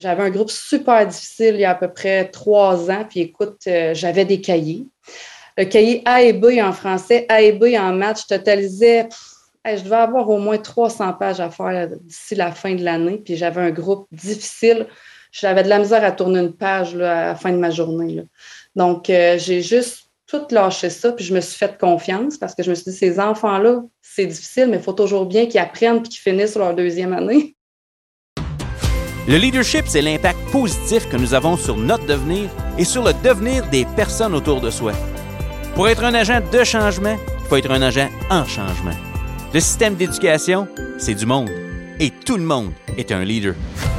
J'avais un groupe super difficile il y a à peu près 3 ans. Puis écoute, j'avais des cahiers. Le cahier A et B en français, A et B en maths, je totalisais, je devais avoir au moins 300 pages à faire là, d'ici la fin de l'année. Puis j'avais un groupe difficile. J'avais de la misère à tourner une page là, à la fin de ma journée, là. Donc, j'ai juste tout lâché ça. Puis je me suis fait confiance parce que je me suis dit, ces enfants-là, c'est difficile, mais il faut toujours bien qu'ils apprennent et qu'ils finissent leur deuxième année. Le leadership, c'est l'impact positif que nous avons sur notre devenir et sur le devenir des personnes autour de soi. Pour être un agent de changement, il faut être un agent en changement. Le système d'éducation, c'est du monde. Et tout le monde est un leader.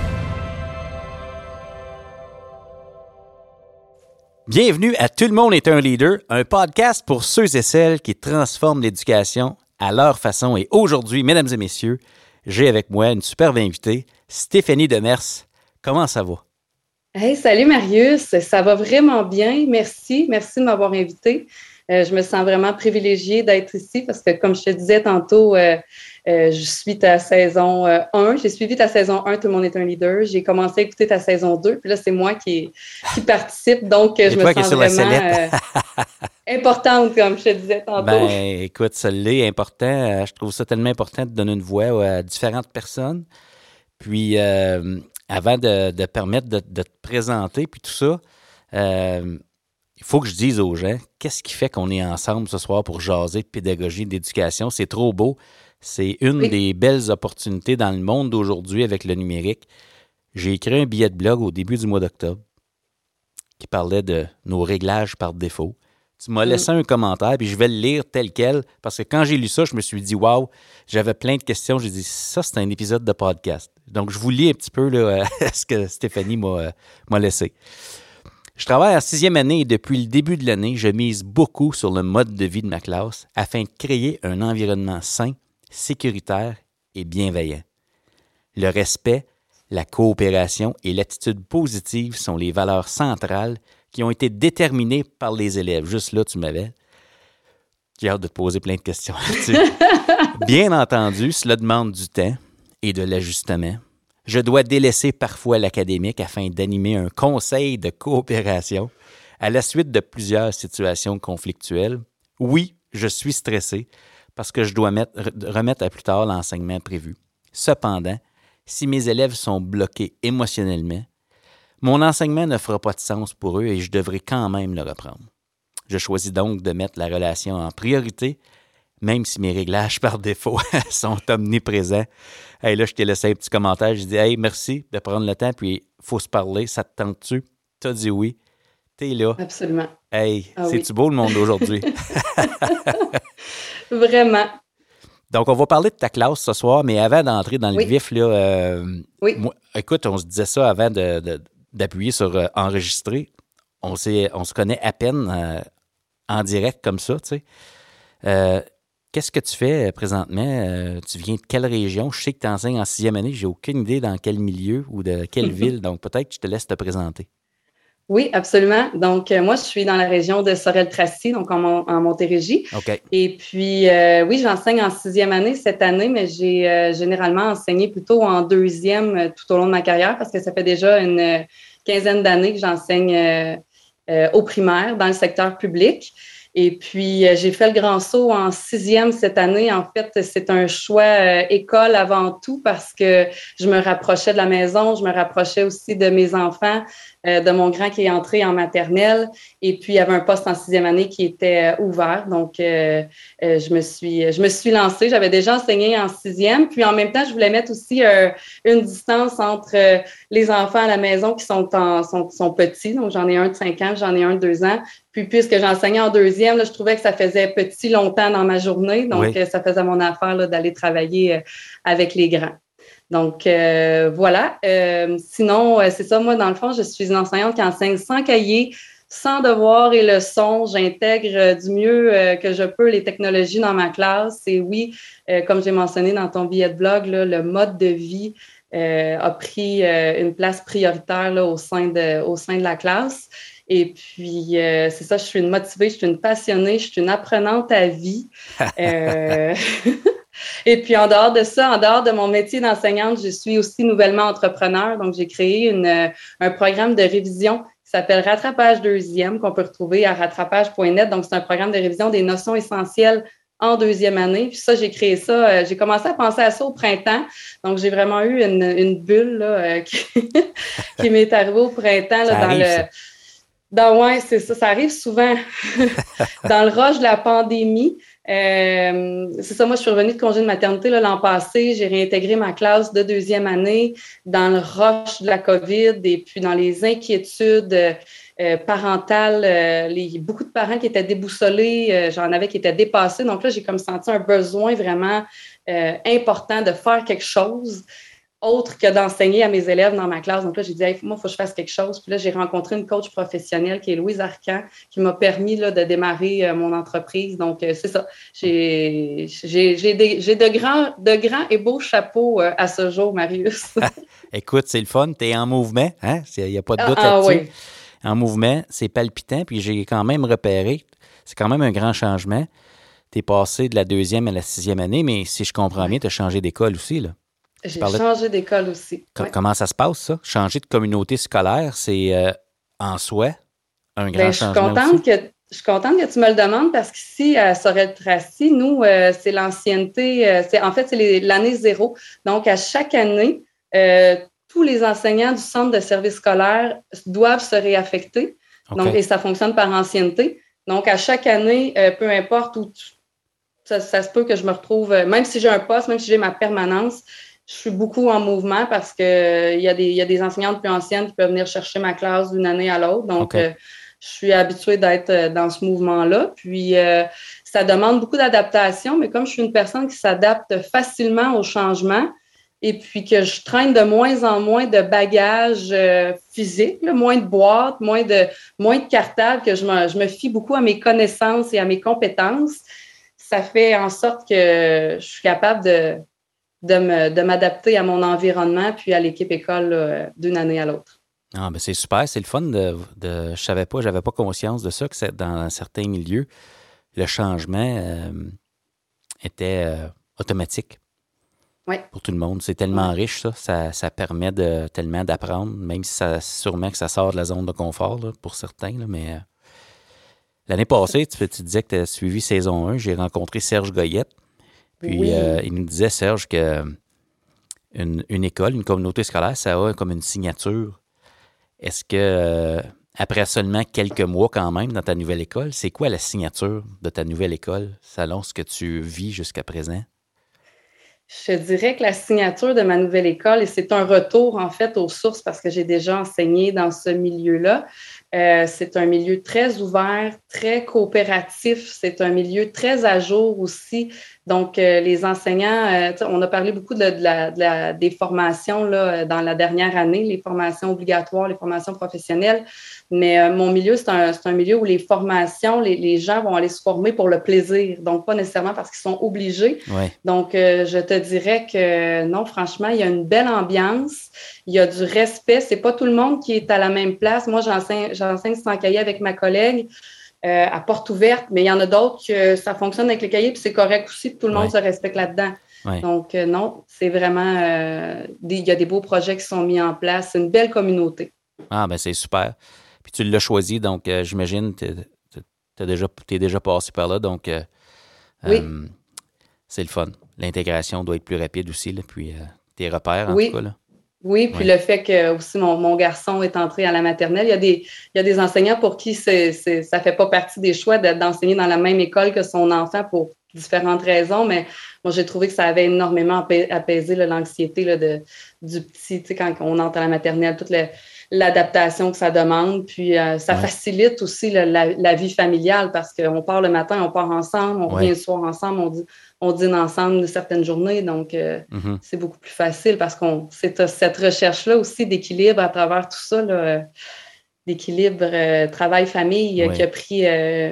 Bienvenue à Tout le monde est un leader, un podcast pour ceux et celles qui transforment l'éducation à leur façon. Et aujourd'hui, mesdames et messieurs, j'ai avec moi une superbe invitée, Stéphanie Demers. Comment ça va? Hey, salut Marius, ça va vraiment bien. Merci de m'avoir invité. Je me sens vraiment privilégiée d'être ici parce que, comme je te disais tantôt, je suis ta saison 1. J'ai suivi ta saison 1, Tout le monde est un leader. J'ai commencé à écouter ta saison 2, puis là, c'est moi qui participe. Donc, je me sens vraiment importante, comme je te disais tantôt. Ben, écoute, ça l'est important. Je trouve ça tellement important de donner une voix à différentes personnes. Puis, avant de permettre de te présenter, puis tout ça, il faut que je dise aux gens, qu'est-ce qui fait qu'on est ensemble ce soir pour jaser de pédagogie, d'éducation? C'est trop beau. C'est une des belles opportunités dans le monde d'aujourd'hui avec le numérique. J'ai écrit un billet de blog au début du mois d'octobre qui parlait de nos réglages par défaut. Tu m'as laissé un commentaire, puis je vais le lire tel quel, parce que quand j'ai lu ça, je me suis dit, waouh, j'avais plein de questions. J'ai dit, ça, c'est un épisode de podcast. Donc, je vous lis un petit peu là, ce que Stéphanie m'a laissé. Je travaille en 6e année et depuis le début de l'année, je mise beaucoup sur le mode de vie de ma classe afin de créer un environnement sain, sécuritaire et bienveillant. Le respect, la coopération et l'attitude positive sont les valeurs centrales qui ont été déterminées par les élèves. Juste là, tu m'avais. J'ai hâte de te poser plein de questions là-dessus. Bien entendu, cela demande du temps et de l'ajustement. Je dois délaisser parfois l'académique afin d'animer un conseil de coopération à la suite de plusieurs situations conflictuelles. Oui, je suis stressé parce que je dois remettre à plus tard l'enseignement prévu. Cependant, si mes élèves sont bloqués émotionnellement, mon enseignement ne fera pas de sens pour eux et je devrai quand même le reprendre. Je choisis donc de mettre la relation en priorité, même si mes réglages par défaut sont omniprésents. Hey, là, je t'ai laissé un petit commentaire. Je dis, hey, merci de prendre le temps, puis il faut se parler. Ça te tente-tu? T'as dit oui. T'es là. Absolument. Hey, c'est-tu beau le monde d'aujourd'hui? Vraiment. Donc, on va parler de ta classe ce soir, mais avant d'entrer dans le vif, là, moi, écoute, on se disait ça avant d'appuyer sur enregistrer. On se connaît à peine en direct comme ça, tu sais. Qu'est-ce que tu fais présentement? Tu viens de quelle région? Je sais que tu enseignes en 6e année. J'ai aucune idée dans quel milieu ou de quelle ville. Donc, peut-être que je te laisse te présenter. Oui, absolument. Donc, moi, je suis dans la région de Sorel-Tracy, donc en Montérégie. OK. Et puis, oui, j'enseigne en 6e année cette année, mais j'ai généralement enseigné plutôt en 2e tout au long de ma carrière parce que ça fait déjà une quinzaine d'années que j'enseigne au primaire dans le secteur public. Et puis, j'ai fait le grand saut en 6e cette année. En fait, c'est un choix école avant tout parce que je me rapprochais de la maison, je me rapprochais aussi de mes enfants, de mon grand qui est entré en maternelle. Et puis, il y avait un poste en 6e année qui était ouvert. Donc, je me suis lancée. J'avais déjà enseigné en 6e. Puis, en même temps, je voulais mettre aussi une distance entre les enfants à la maison qui sont petits. Donc, j'en ai un de 5 ans, j'en ai un de 2 ans. Puis, puisque j'enseignais en 2e, là, je trouvais que ça faisait petit longtemps dans ma journée. Donc, ça faisait mon affaire là, d'aller travailler avec les grands. Donc, voilà. Sinon, c'est ça. Moi, dans le fond, je suis une enseignante qui enseigne sans cahier, sans devoirs et leçons. J'intègre du mieux que je peux les technologies dans ma classe. Et oui, comme j'ai mentionné dans ton billet de blog, là, le mode de vie a pris une place prioritaire là, au sein de la classe. Et puis, c'est ça, je suis une motivée, je suis une passionnée, je suis une apprenante à vie. Et puis, en dehors de ça, en dehors de mon métier d'enseignante, je suis aussi nouvellement entrepreneur. Donc, j'ai créé un programme de révision qui s'appelle Rattrapage deuxième, qu'on peut retrouver à rattrapage.net. Donc, c'est un programme de révision des notions essentielles en deuxième année. Puis ça, j'ai créé ça. J'ai commencé à penser à ça au printemps. Donc, j'ai vraiment eu une bulle là, qui m'est arrivée au printemps là, ouais, c'est ça. Ça arrive souvent dans le rush de la pandémie. C'est ça, moi, je suis revenue de congé de maternité là, l'an passé. J'ai réintégré ma classe de deuxième année dans le rush de la COVID et puis dans les inquiétudes parentales. Beaucoup de parents qui étaient déboussolés, j'en avais qui étaient dépassés. Donc là, j'ai comme senti un besoin vraiment important de faire quelque chose autre que d'enseigner à mes élèves dans ma classe. Donc là, j'ai dit, hey, moi, il faut que je fasse quelque chose. Puis là, j'ai rencontré une coach professionnelle qui est Louise Arcan, qui m'a permis là, de démarrer mon entreprise. Donc, c'est ça. J'ai de grands et beaux chapeaux à ce jour, Marius. Écoute, c'est le fun. Tu es en mouvement, hein? Il n'y a pas de doute là-dessus. Oui. En mouvement, c'est palpitant. Puis j'ai quand même repéré, c'est quand même un grand changement. Tu es passé de la deuxième à la sixième année, mais si je comprends bien, tu as changé d'école aussi, là. J'ai changé d'école aussi. Comment ça se passe, ça? Changer de communauté scolaire, c'est en soi un grand changement aussi. Je suis contente que tu me le demandes parce qu'ici, à Sorel-Tracy, nous, c'est l'ancienneté, c'est l'année zéro. Donc, à chaque année, tous les enseignants du centre de service scolaire doivent se réaffecter. Okay. Donc, et ça fonctionne par ancienneté. Donc, à chaque année, peu importe où ça se peut que je me retrouve, même si j'ai un poste, même si j'ai ma permanence, je suis beaucoup en mouvement parce qu'il y a des enseignantes plus anciennes qui peuvent venir chercher ma classe d'une année à l'autre. Donc, je suis habituée d'être dans ce mouvement-là. Puis, ça demande beaucoup d'adaptation, mais comme je suis une personne qui s'adapte facilement au changement et puis que je traîne de moins en moins de bagages physiques, là, moins de boîtes, moins de cartables, que je me fie beaucoup à mes connaissances et à mes compétences, ça fait en sorte que je suis capable de m'adapter à mon environnement puis à l'équipe école là, d'une année à l'autre. Ah, ben c'est super, c'est le fun je savais pas, j'avais pas conscience de ça, que dans certains milieux, le changement était automatique pour tout le monde. C'est tellement riche, ça permet tellement d'apprendre, même si sûrement que ça sort de la zone de confort là, pour certains, là, mais l'année passée, tu disais que tu as suivi saison 1, j'ai rencontré Serge Goyette. Puis, il nous disait, Serge, qu'une école, une communauté scolaire, ça a comme une signature. Est-ce que, après seulement quelques mois quand même dans ta nouvelle école, c'est quoi la signature de ta nouvelle école, selon ce que tu vis jusqu'à présent? Je dirais que la signature de ma nouvelle école, et c'est un retour en fait aux sources parce que j'ai déjà enseigné dans ce milieu-là, c'est un milieu très ouvert, très coopératif, c'est un milieu très à jour aussi. Donc, les enseignants, on a parlé beaucoup des formations là, dans la dernière année, les formations obligatoires, les formations professionnelles, mais mon milieu, c'est un milieu où les formations, les gens vont aller se former pour le plaisir, donc pas nécessairement parce qu'ils sont obligés. Ouais. Donc, je te dirais que non, franchement, il y a une belle ambiance, il y a du respect, c'est pas tout le monde qui est à la même place. Moi, j'enseigne sans cahier avec ma collègue, à porte ouverte, mais il y en a d'autres que ça fonctionne avec le cahier, puis c'est correct aussi, puis tout le monde se respecte là-dedans. Ouais. Donc, non, c'est vraiment... il y a des beaux projets qui sont mis en place. C'est une belle communauté. Ah, ben c'est super. Puis tu l'as choisi, donc j'imagine que t'es déjà passé par là, donc oui. C'est le fun. L'intégration doit être plus rapide aussi, là, puis tes repères, en tout cas, là. Oui, puis le fait que aussi mon garçon est entré à la maternelle, il y a des enseignants pour qui ça fait pas partie des choix d'enseigner dans la même école que son enfant pour différentes raisons, mais moi, j'ai trouvé que ça avait énormément apaisé là, l'anxiété là, du petit, tu sais, quand on entre à la maternelle, toute l'adaptation que ça demande, puis ça facilite aussi la vie familiale parce qu'on part le matin, on part ensemble, on revient le soir ensemble, on dîne ensemble certaines journées, donc c'est beaucoup plus facile parce c'est cette recherche-là aussi d'équilibre à travers tout ça, là, d'équilibre travail-famille qui a pris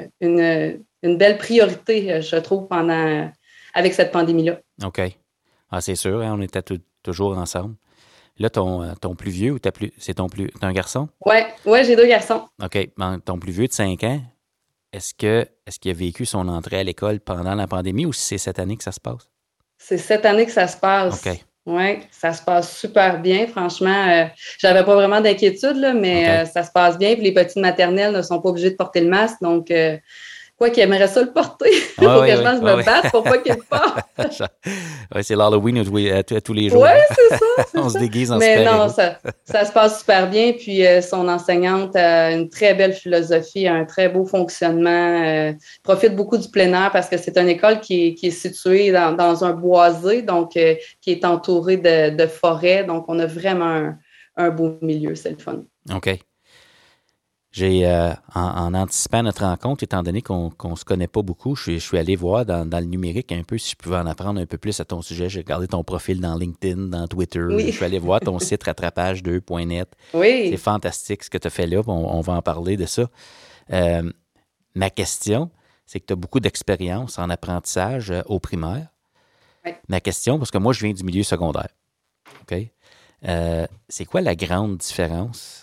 une belle priorité, je trouve, avec cette pandémie-là. OK. Ah, c'est sûr, hein, on était toujours ensemble. Là, ton plus vieux, t'as un garçon? Oui, j'ai 2 garçons. OK. Ton plus vieux de 5 ans, est-ce qu'il a vécu son entrée à l'école pendant la pandémie ou si c'est cette année que ça se passe? C'est cette année que ça se passe. OK. Oui, ça se passe super bien. Franchement, j'avais pas vraiment d'inquiétude, là, mais OK. ça se passe bien. Puis les petites maternelles ne sont pas obligées de porter le masque. Donc, quoi qu'ils aimeraient ça le porter, il Oui, faut oui, que je oui. pense que je Oui, me batte pour pas qu'ils le portent. oui. Ouais, c'est l'Halloween à tous les Oui, jours. Hein? c'est ça, c'est On se ça. déguise en Mais non, super-héros. ça se passe super bien. Puis son enseignante a une très belle philosophie, un très beau fonctionnement. Profite beaucoup du plein air parce que c'est une école qui est située dans un boisé, donc qui est entourée de forêts. Donc, on a vraiment un beau milieu. C'est le fun. OK. J'ai, en anticipant notre rencontre, étant donné qu'on ne se connaît pas beaucoup, je suis allé voir dans le numérique un peu si je pouvais en apprendre un peu plus à ton sujet. J'ai regardé ton profil dans LinkedIn, dans Twitter. Je Oui, suis allé voir ton site rattrapage2.net. C'est oui, fantastique ce que tu as fait là. On va en parler de ça. Euh, Ma question, c'est que tu as beaucoup d'expérience en apprentissage au primaire. oui. Ma question, parce que moi, je viens du milieu secondaire. OK? C'est quoi la grande différence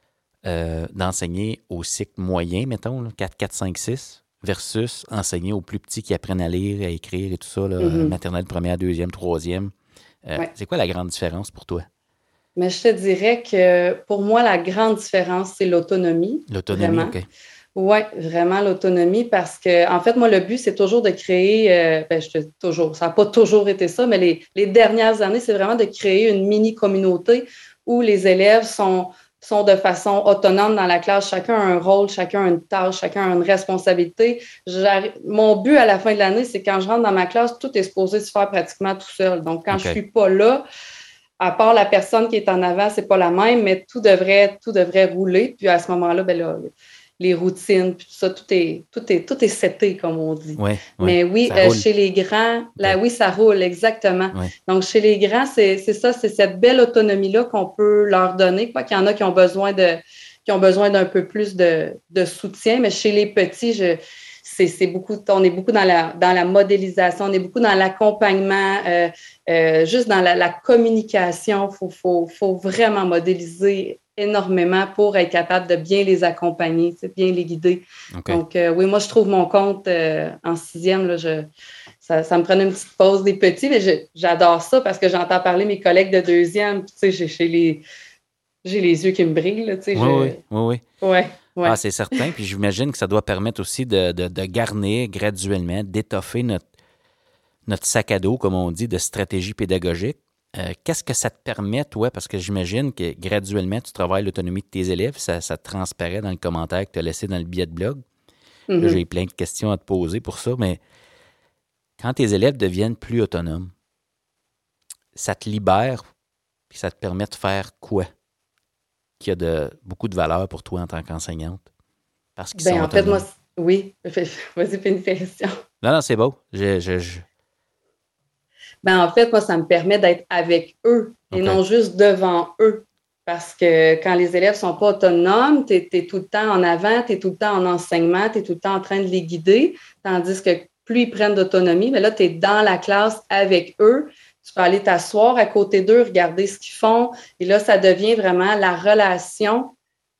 d'enseigner au cycle moyen, mettons, là, 4, 4, 5, 6, versus enseigner aux plus petits qui apprennent à lire, à écrire et tout ça, là, Mhm. maternelle, première, deuxième, troisième. Ouais. C'est quoi la grande différence pour toi? Mais je te dirais que pour moi, la grande différence, c'est l'autonomie, L'autonomie, vraiment. OK. Oui, vraiment l'autonomie parce que, en fait, moi, le but, c'est toujours de créer, toujours, ça n'a pas toujours été ça, mais les dernières années, c'est vraiment de créer une mini-communauté où les élèves sont de façon autonome dans la classe. Chacun a un rôle, chacun a une tâche, chacun a une responsabilité. Mon but à la fin de l'année, c'est quand je rentre dans ma classe, tout est supposé se faire pratiquement tout seul. Donc, quand je ne OK. suis pas là, à part la personne qui est en avant, c'est pas la même, mais tout devrait rouler. Puis à ce moment-là, ben là, les routines, puis tout ça, tout est seté, comme on dit. Oui, oui. Mais oui, Ça roule. chez les grands, là, OK. oui, ça roule, exactement. Oui. Donc, chez les grands, c'est ça, c'est cette belle autonomie-là qu'on peut leur donner, quoi qu'il y en a qui ont besoin d'un peu plus de soutien, mais chez les petits, c'est beaucoup, on est beaucoup dans la modélisation, on est beaucoup dans l'accompagnement, juste dans la communication. Faut vraiment modéliser énormément pour être capable de bien les accompagner, bien les guider. OK. Donc, oui, moi, je trouve mon compte en sixième, là, ça me prenait une petite pause des petits, mais j'adore ça parce que j'entends parler mes collègues de deuxième, tu sais, j'ai les yeux qui me brillent, là, tu sais, Oui, oui, oui, oui. ouais, Ah, ouais. c'est certain. Puis j'imagine que ça doit permettre aussi de garnir graduellement, d'étoffer notre sac à dos, comme on dit, de stratégie pédagogique. Qu'est-ce que ça te permet, toi? Parce que j'imagine que graduellement, tu travailles l'autonomie de tes élèves. Ça transparaît dans le commentaire que tu as laissé dans le billet de blog. Là, j'ai Mhm. plein de questions à te poser pour ça, mais quand tes élèves deviennent plus autonomes, ça te libère puis ça te permet de faire quoi qui a beaucoup de valeur pour toi en tant qu'enseignante? Parce qu'ils sont Ben, en fait, moi, autonomes. oui, vas-y, fais une question. Non, non, c'est beau. Ben, en fait, moi, ça me permet d'être avec eux et OK. non juste devant eux. Parce que quand les élèves ne sont pas autonomes, tu es tout le temps en avant, tu es tout le temps en enseignement, tu es tout le temps en train de les guider. Tandis que plus ils prennent d'autonomie, mais là, tu es dans la classe avec eux. Tu peux aller t'asseoir à côté d'eux, regarder ce qu'ils font. Et là, ça devient vraiment la relation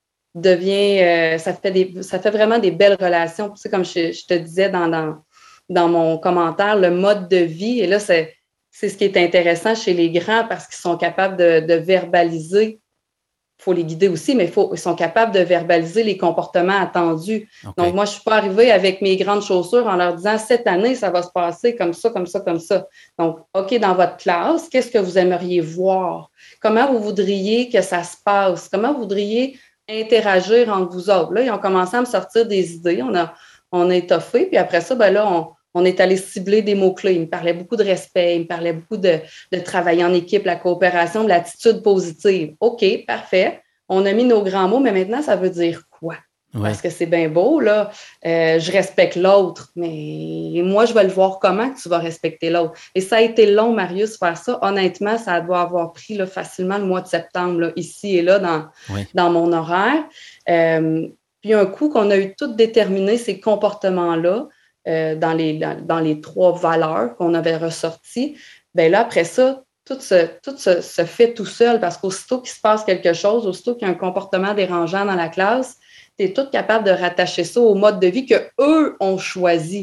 ça fait vraiment des belles relations. Tu sais, comme je te disais dans mon commentaire, le mode de vie. Et là, c'est ce qui est intéressant chez les grands parce qu'ils sont capables de verbaliser. Il faut les guider aussi, mais ils sont capables de verbaliser les comportements attendus. Donc, OK. moi, je ne suis pas arrivée avec mes grandes chaussures en leur disant cette année, ça va se passer comme ça, comme ça, comme ça. Donc, OK, dans votre classe, qu'est-ce que vous aimeriez voir? Comment vous voudriez que ça se passe? Comment vous voudriez interagir entre vous autres? Là, ils ont commencé à me sortir des idées. On a étoffé, puis après ça, ben là, on est allé cibler des mots-clés. Ils me parlaient beaucoup de respect, ils me parlaient beaucoup de travailler en équipe, la coopération, de l'attitude positive. OK, parfait. On a mis nos grands mots, mais maintenant, ça veut dire quoi? Oui. Parce que c'est bien beau, là. Je respecte l'autre, mais moi, je vais le voir comment tu vas respecter l'autre. Et ça a été long, Marius, faire ça. Honnêtement, ça doit avoir pris là, facilement le mois de septembre, là, ici et là, Oui. dans mon horaire. Puis un coup qu'on a eu tout déterminé, ces comportements-là, dans les trois valeurs qu'on avait ressorties, bien là, après ça, tout se fait tout seul parce qu'aussitôt qu'il se passe quelque chose, aussitôt qu'il y a un comportement dérangeant dans la classe, tu es tout capable de rattacher ça au mode de vie qu'eux ont choisi.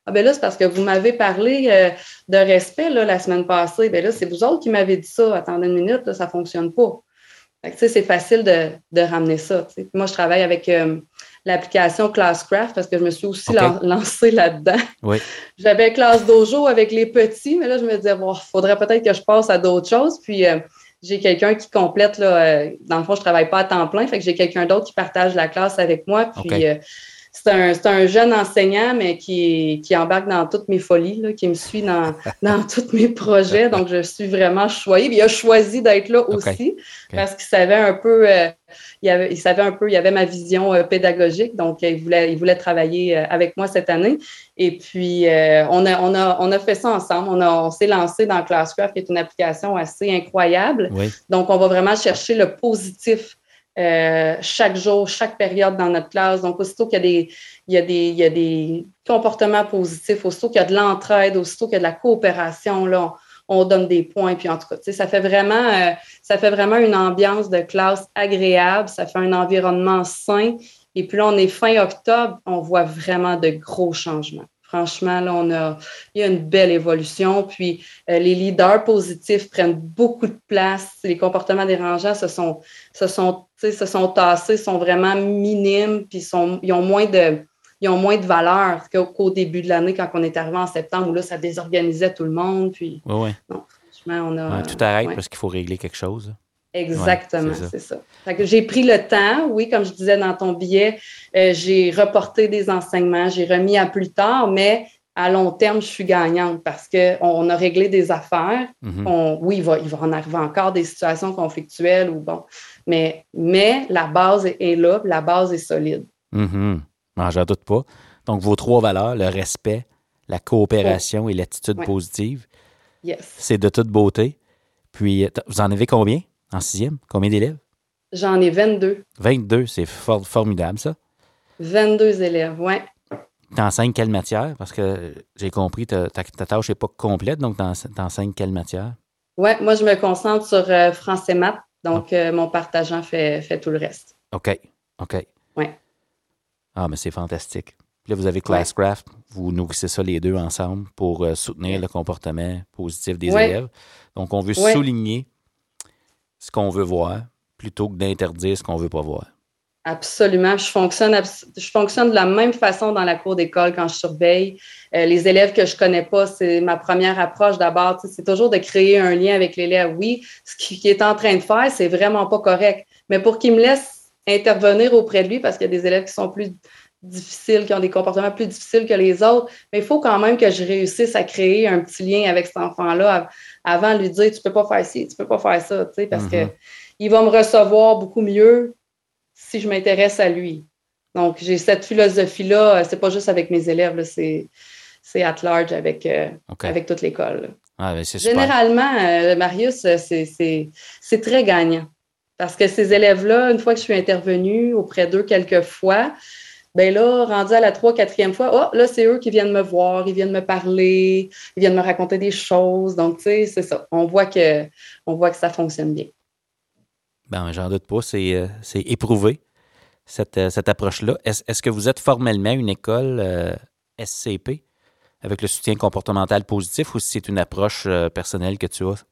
Ah ben là, c'est parce que vous m'avez parlé de respect là, la semaine passée. Ben là, c'est vous autres qui m'avez dit ça. Attendez une minute, là, ça ne fonctionne pas. Fait que, c'est facile de ramener ça. T'sais. Moi, je travaille avec l'application Classcraft parce que je me suis aussi lancée là-dedans. Oui. J'avais Classe Dojo avec les petits, mais là, je me disais, bon, il faudrait peut-être que je passe à d'autres choses. Puis, j'ai quelqu'un qui complète, là, dans le fond, je ne travaille pas à temps plein, fait que j'ai quelqu'un d'autre qui partage la classe avec moi. Puis, c'est un jeune enseignant, mais qui embarque dans toutes mes folies, là, qui me suit dans tous mes projets. Donc, je suis vraiment choyée. Puis, il a choisi d'être là aussi parce qu'il savait un peu, il savait un peu, il avait ma vision pédagogique. Donc, il voulait travailler avec moi cette année. Et puis, on a fait ça ensemble. On s'est lancé dans Classcraft, qui est une application assez incroyable. Oui. Donc, on va vraiment chercher le positif chaque jour, chaque période dans notre classe. Donc, aussitôt qu'il y a des comportements positifs, aussitôt qu'il y a de l'entraide, aussitôt qu'il y a de la coopération, là, on donne des points. Puis en tout cas, ça fait vraiment une ambiance de classe agréable. Ça fait un environnement sain. Et puis là, on est fin octobre, on voit vraiment de gros changements. Franchement, là, il y a une belle évolution. Puis, les leaders positifs prennent beaucoup de place. Les comportements dérangeants se sont tassés, sont vraiment minimes, puis ils ont moins de valeur qu'au début de l'année, quand on est arrivé en septembre, où là, ça désorganisait tout le monde. Puis, non, franchement, on a... tout arrête parce qu'il faut régler quelque chose. Exactement, c'est ça. Fait que j'ai pris le temps, oui, comme je disais dans ton billet, j'ai reporté des enseignements, j'ai remis à plus tard, mais à long terme, je suis gagnante parce qu'on a réglé des affaires. Oui, il va en arriver encore des situations conflictuelles ou bon, mais la base est là, la base est solide. J'en doute pas. Donc, vos 3 valeurs, le respect, la coopération et l'attitude positive, c'est de toute beauté. Puis, vous en avez combien en 6e? Combien d'élèves? J'en ai 22. 22, c'est formidable, ça. 22 élèves, oui. Tu enseignes quelle matière? Parce que j'ai compris, ta tâche n'est pas complète, donc tu enseignes quelle matière? Oui, moi, je me concentre sur français maths, donc mon partageant fait tout le reste. OK. Oui. Ah, mais c'est fantastique. Puis là, vous avez Classcraft, vous nourrissez ça les deux ensemble pour soutenir le comportement positif des élèves. Donc, on veut souligner ce qu'on veut voir plutôt que d'interdire ce qu'on ne veut pas voir. Absolument. Je fonctionne de la même façon dans la cour d'école quand je surveille. Les élèves que je ne connais pas, c'est ma première approche d'abord. C'est toujours de créer un lien avec l'élève. Oui, ce qu'il est en train de faire, c'est vraiment pas correct. Mais pour qu'il me laisse intervenir auprès de lui, parce qu'il y a des élèves qui sont plus difficiles, qui ont des comportements plus difficiles que les autres, mais il faut quand même que je réussisse à créer un petit lien avec cet enfant-là avant de lui dire « tu peux pas faire ci, tu peux pas faire ça », parce que il va me recevoir beaucoup mieux si je m'intéresse à lui. Donc, j'ai cette philosophie-là, c'est pas juste avec mes élèves, là, c'est at large avec toute l'école. Ah, ben c'est généralement, Marius, c'est très gagnant. Parce que ces élèves-là, une fois que je suis intervenue auprès d'eux quelques fois, bien là, rendu à la 3e, 4e fois, là, c'est eux qui viennent me voir, ils viennent me parler, ils viennent me raconter des choses. Donc, tu sais, c'est ça. On voit que ça fonctionne bien. Ben, j'en doute pas, c'est éprouvé, cette approche-là. Est-ce que vous êtes formellement une école SCP avec le soutien comportemental positif ou si c'est une approche personnelle que tu as?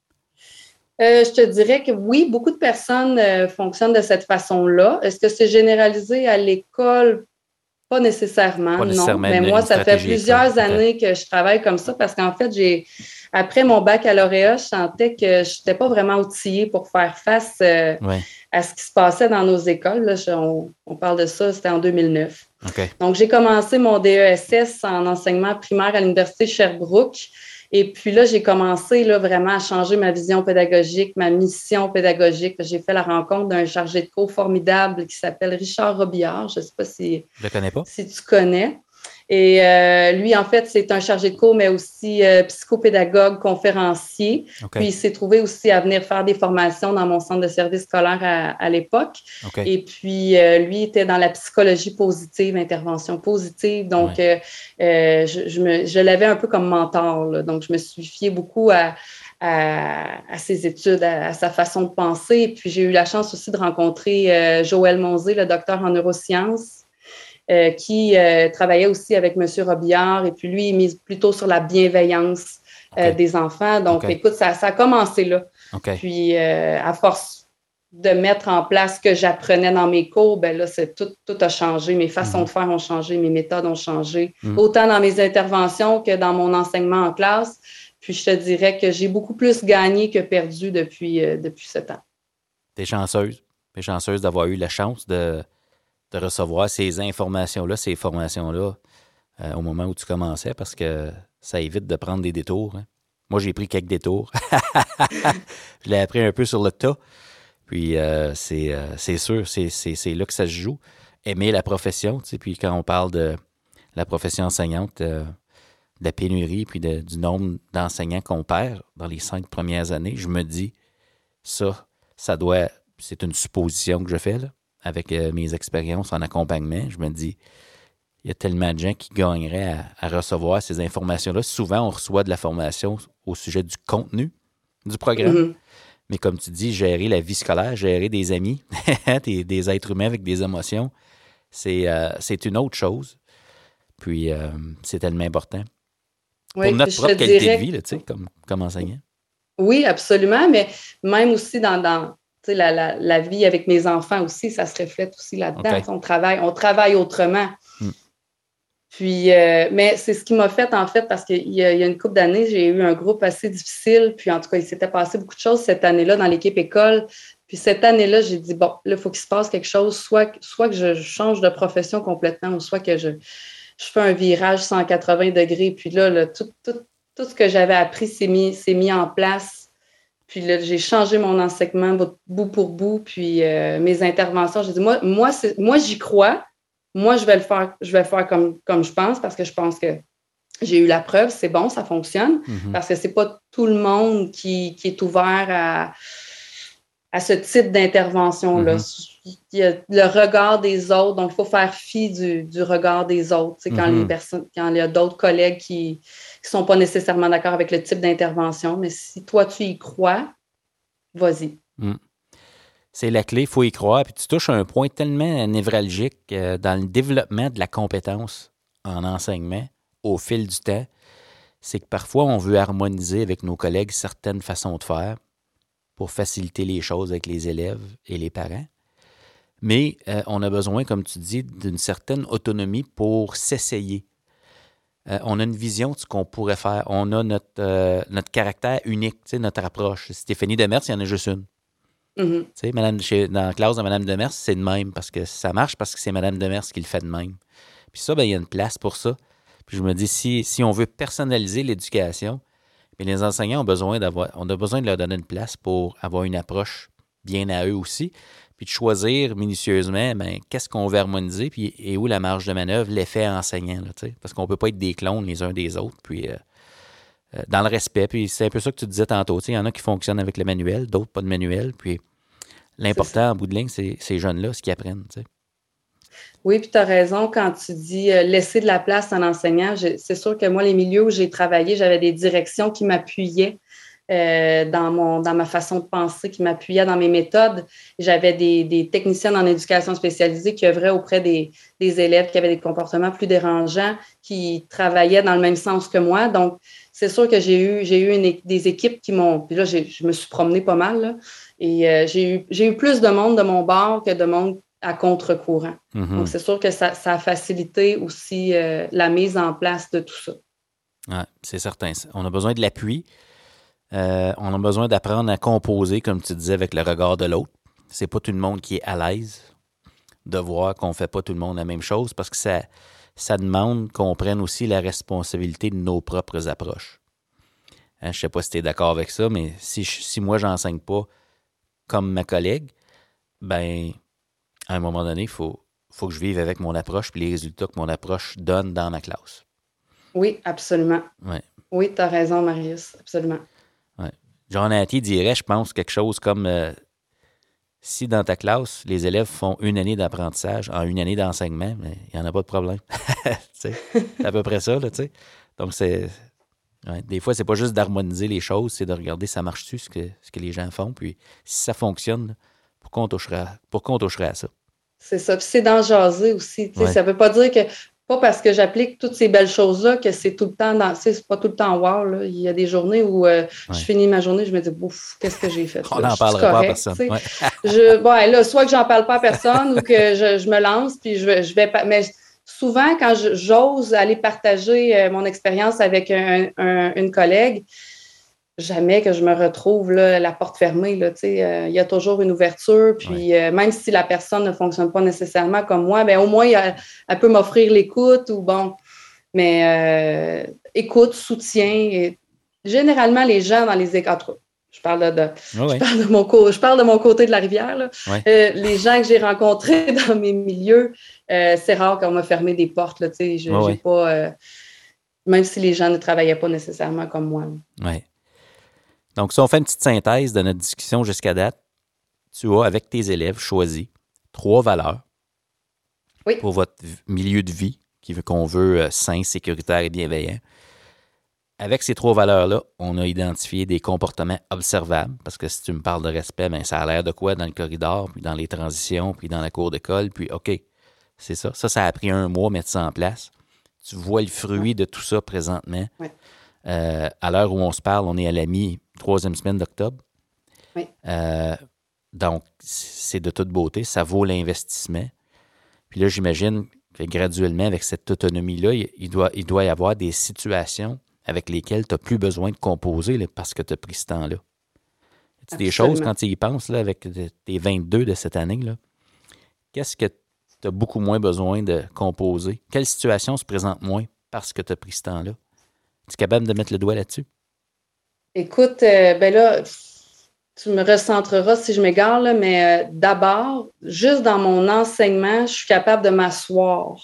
Je te dirais que oui, beaucoup de personnes fonctionnent de cette façon-là. Est-ce que c'est généralisé à l'école? Pas nécessairement, non. Mais moi, ça fait plusieurs années que je travaille comme ça parce qu'en fait, après mon baccalauréat, je sentais que je n'étais pas vraiment outillée pour faire face à ce qui se passait dans nos écoles. Là, on parle de ça, c'était en 2009. Donc, j'ai commencé mon DESS en enseignement primaire à l'Université Sherbrooke. Et puis là, j'ai commencé là, vraiment à changer ma vision pédagogique, ma mission pédagogique. J'ai fait la rencontre d'un chargé de cours formidable qui s'appelle Richard Robillard. Je ne sais pas si tu connais. Et lui, en fait, c'est un chargé de cours, mais aussi psychopédagogue, conférencier. Puis, il s'est trouvé aussi à venir faire des formations dans mon centre de service scolaire à l'époque. Et puis, lui était dans la psychologie positive, intervention positive. Donc, je l'avais un peu comme mentor. Là. Donc, je me suis fiée beaucoup à ses études, à sa façon de penser. Et puis, j'ai eu la chance aussi de rencontrer Joël Monzé, le docteur en neurosciences. qui travaillait aussi avec M. Robillard. Et puis lui, il mise plutôt sur la bienveillance des enfants. Donc, écoute, ça a commencé là. Puis, à force de mettre en place ce que j'apprenais dans mes cours, ben là, tout a changé. Mes façons de faire ont changé, mes méthodes ont changé, autant dans mes interventions que dans mon enseignement en classe. Puis, je te dirais que j'ai beaucoup plus gagné que perdu depuis ce temps. T'es chanceuse. T'es chanceuse d'avoir eu la chance de recevoir ces informations-là, ces formations-là au moment où tu commençais, parce que ça évite de prendre des détours. Hein. Moi, j'ai pris quelques détours. Je l'ai appris un peu sur le tas. Puis, c'est sûr, c'est là que ça se joue. Aimer la profession, tu sais, puis quand on parle de la profession enseignante, de la pénurie, puis du nombre d'enseignants qu'on perd dans les 5 premières années, je me dis, ça doit, c'est une supposition que je fais, là, avec mes expériences en accompagnement. Je me dis, il y a tellement de gens qui gagneraient à recevoir ces informations-là. Souvent, on reçoit de la formation au sujet du contenu du programme. Mais comme tu dis, gérer la vie scolaire, gérer des amis, des êtres humains avec des émotions, c'est une autre chose. Puis, c'est tellement important. Oui, pour notre propre qualité de vie, là, tu sais, comme enseignant. Oui, absolument. Mais même aussi dans la vie avec mes enfants aussi, ça se reflète aussi là-dedans. On travaille autrement. Puis, mais c'est ce qui m'a fait, en fait, parce qu'il y a une couple d'années, j'ai eu un groupe assez difficile. Puis, en tout cas, il s'était passé beaucoup de choses cette année-là dans l'équipe école. Puis, cette année-là, j'ai dit, bon, là, il faut qu'il se passe quelque chose, soit que je change de profession complètement, ou soit que je fais un virage 180 degrés. Puis là, tout ce que j'avais appris s'est mis en place. Puis là, j'ai changé mon enseignement bout pour bout. Puis mes interventions, j'ai dit, moi, j'y crois. Moi, je vais le faire comme je pense, parce que je pense que j'ai eu la preuve, c'est bon, ça fonctionne. Parce que c'est pas tout le monde qui est ouvert à ce type d'intervention-là. Il y a le regard des autres, donc il faut faire fi du regard des autres. Quand il y a d'autres collègues qui ne sont pas nécessairement d'accord avec le type d'intervention, mais si toi, tu y crois, vas-y. C'est la clé, il faut y croire. Puis tu touches à un point tellement névralgique dans le développement de la compétence en enseignement au fil du temps. C'est que parfois, on veut harmoniser avec nos collègues certaines façons de faire pour faciliter les choses avec les élèves et les parents. Mais on a besoin, comme tu dis, d'une certaine autonomie pour s'essayer. On a une vision de ce qu'on pourrait faire. On a notre caractère unique, notre approche. Stéphanie Demers, il y en a juste une. Dans la classe de Mme Demers, c'est de même, parce que ça marche, parce que c'est Mme Demers qui le fait de même. Puis ça, il y a une place pour ça. Puis je me dis, si on veut personnaliser l'éducation, mais les enseignants on a besoin de leur donner une place pour avoir une approche bien à eux aussi, puis de choisir minutieusement qu'est-ce qu'on veut harmoniser, puis et où la marge de manœuvre, l'effet enseignant, là, parce qu'on ne peut pas être des clones les uns des autres, puis dans le respect, puis c'est un peu ça que tu disais tantôt, il y en a qui fonctionnent avec le manuel, d'autres pas de manuel, puis l'important en bout de ligne, c'est ces jeunes-là, ce qu'ils apprennent, tu sais. Oui, puis tu as raison quand tu dis laisser de la place à l'enseignant. C'est sûr que moi, les milieux où j'ai travaillé, j'avais des directions qui m'appuyaient dans ma façon de penser, qui m'appuyaient dans mes méthodes. J'avais des techniciennes en éducation spécialisée qui œuvraient auprès des élèves qui avaient des comportements plus dérangeants, qui travaillaient dans le même sens que moi. Donc, c'est sûr que j'ai eu des équipes qui m'ont... Puis là, je me suis promenée pas mal, là, et j'ai eu plus de monde de mon bord que de monde à contre-courant. Donc, c'est sûr que ça a facilité aussi la mise en place de tout ça. Oui, c'est certain. On a besoin de l'appui. On a besoin d'apprendre à composer, comme tu disais, avec le regard de l'autre. C'est pas tout le monde qui est à l'aise de voir qu'on fait pas tout le monde la même chose, parce que ça demande qu'on prenne aussi la responsabilité de nos propres approches. Je sais pas si tu es d'accord avec ça, mais si moi, j'enseigne pas comme ma collègue, à un moment donné, il faut que je vive avec mon approche et les résultats que mon approche donne dans ma classe. Oui, absolument. Ouais. Oui, tu as raison, Marius, absolument. Ouais. John Hattie dirait, je pense, quelque chose comme si dans ta classe, les élèves font une année d'apprentissage en une année d'enseignement, mais il n'y en a pas de problème. C'est à peu près ça, là, tu sais. Donc, des fois, c'est pas juste d'harmoniser les choses, c'est de regarder ça marche-tu, ce que les gens font, puis si ça fonctionne, pourquoi on toucherait à ça? C'est ça. Puis c'est d'en jaser aussi. Ouais. Ça ne veut pas dire que, pas parce que j'applique toutes ces belles choses-là, que c'est tout le temps c'est pas tout le temps wow. Là. Il y a des journées où je finis ma journée, je me dis, bouf, qu'est-ce que j'ai fait? On n'en parlera pas à personne. Ouais. Là, soit que j'en parle pas à personne ou que je me lance, puis je vais pas. Mais souvent, quand j'ose aller partager mon expérience avec une collègue, jamais que je me retrouve là, la porte fermée. Il y a toujours une ouverture. Puis même si la personne ne fonctionne pas nécessairement comme moi, ben, au moins, elle peut m'offrir l'écoute ou bon. Mais écoute, soutien. Et généralement, les gens dans les écoles. Je parle je parle de mon côté de la rivière. Là. Les gens que j'ai rencontrés dans mes milieux, c'est rare qu'on m'a fermé des portes. Là, j'ai pas, même si les gens ne travaillaient pas nécessairement comme moi. Oui. Donc, si on fait une petite synthèse de notre discussion jusqu'à date, tu as, avec tes élèves, choisi 3 valeurs pour votre milieu de vie qu'on veut sain, sécuritaire et bienveillant. Avec ces 3 valeurs-là, on a identifié des comportements observables, parce que si tu me parles de respect, ben, ça a l'air de quoi dans le corridor, puis dans les transitions, puis dans la cour d'école, puis OK, c'est ça. Ça a pris 1 mois mettre ça en place. Tu vois le fruit de tout ça présentement. Oui. À l'heure où on se parle, on est à la 3e semaine d'octobre. Oui. Donc, c'est de toute beauté. Ça vaut l'investissement. Puis là, j'imagine que graduellement, avec cette autonomie-là, il doit y avoir des situations avec lesquelles tu n'as plus besoin de composer là, parce que tu as pris ce temps-là. C'est des choses, quand tu y penses, là, avec tes 22 de cette année, là, qu'est-ce que tu as beaucoup moins besoin de composer? Quelle situation se présente moins parce que tu as pris ce temps-là? Es-tu capable de mettre le doigt là-dessus? Écoute, ben là, tu me recentreras si je m'égare, là, mais d'abord, juste dans mon enseignement, je suis capable de m'asseoir.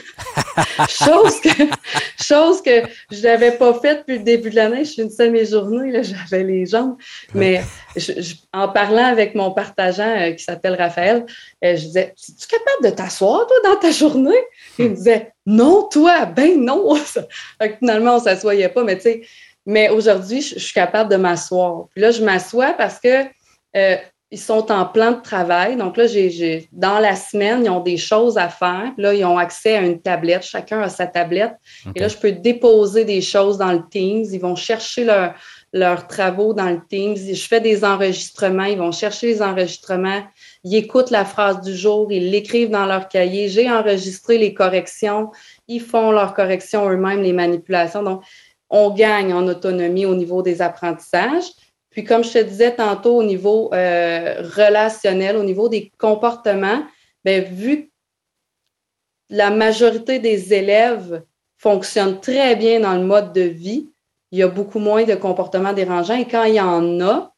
chose que je n'avais pas faite depuis le début de l'année. Je finissais mes journées, là, j'avais les jambes. Mais en parlant avec mon partageant qui s'appelle Raphaël, je disais, es-tu capable de t'asseoir, toi, dans ta journée? Il me disait, non, toi, ben non. Fait que finalement, on ne s'assoyait pas, mais tu sais, mais aujourd'hui, je suis capable de m'asseoir. Puis là, je m'assois parce que ils sont en plan de travail. Donc là, dans la semaine, ils ont des choses à faire. Puis là, ils ont accès à une tablette. Chacun a sa tablette. Okay. Et là, je peux déposer des choses dans le Teams. Ils vont chercher leurs travaux dans le Teams. Je fais des enregistrements. Ils vont chercher les enregistrements. Ils écoutent la phrase du jour. Ils l'écrivent dans leur cahier. J'ai enregistré les corrections. Ils font leurs corrections eux-mêmes, les manipulations. Donc, on gagne en autonomie au niveau des apprentissages. Puis, comme je te disais tantôt, au niveau relationnel, au niveau des comportements, bien, vu que la majorité des élèves fonctionnent très bien dans le mode de vie, il y a beaucoup moins de comportements dérangeants. Et quand il y en a,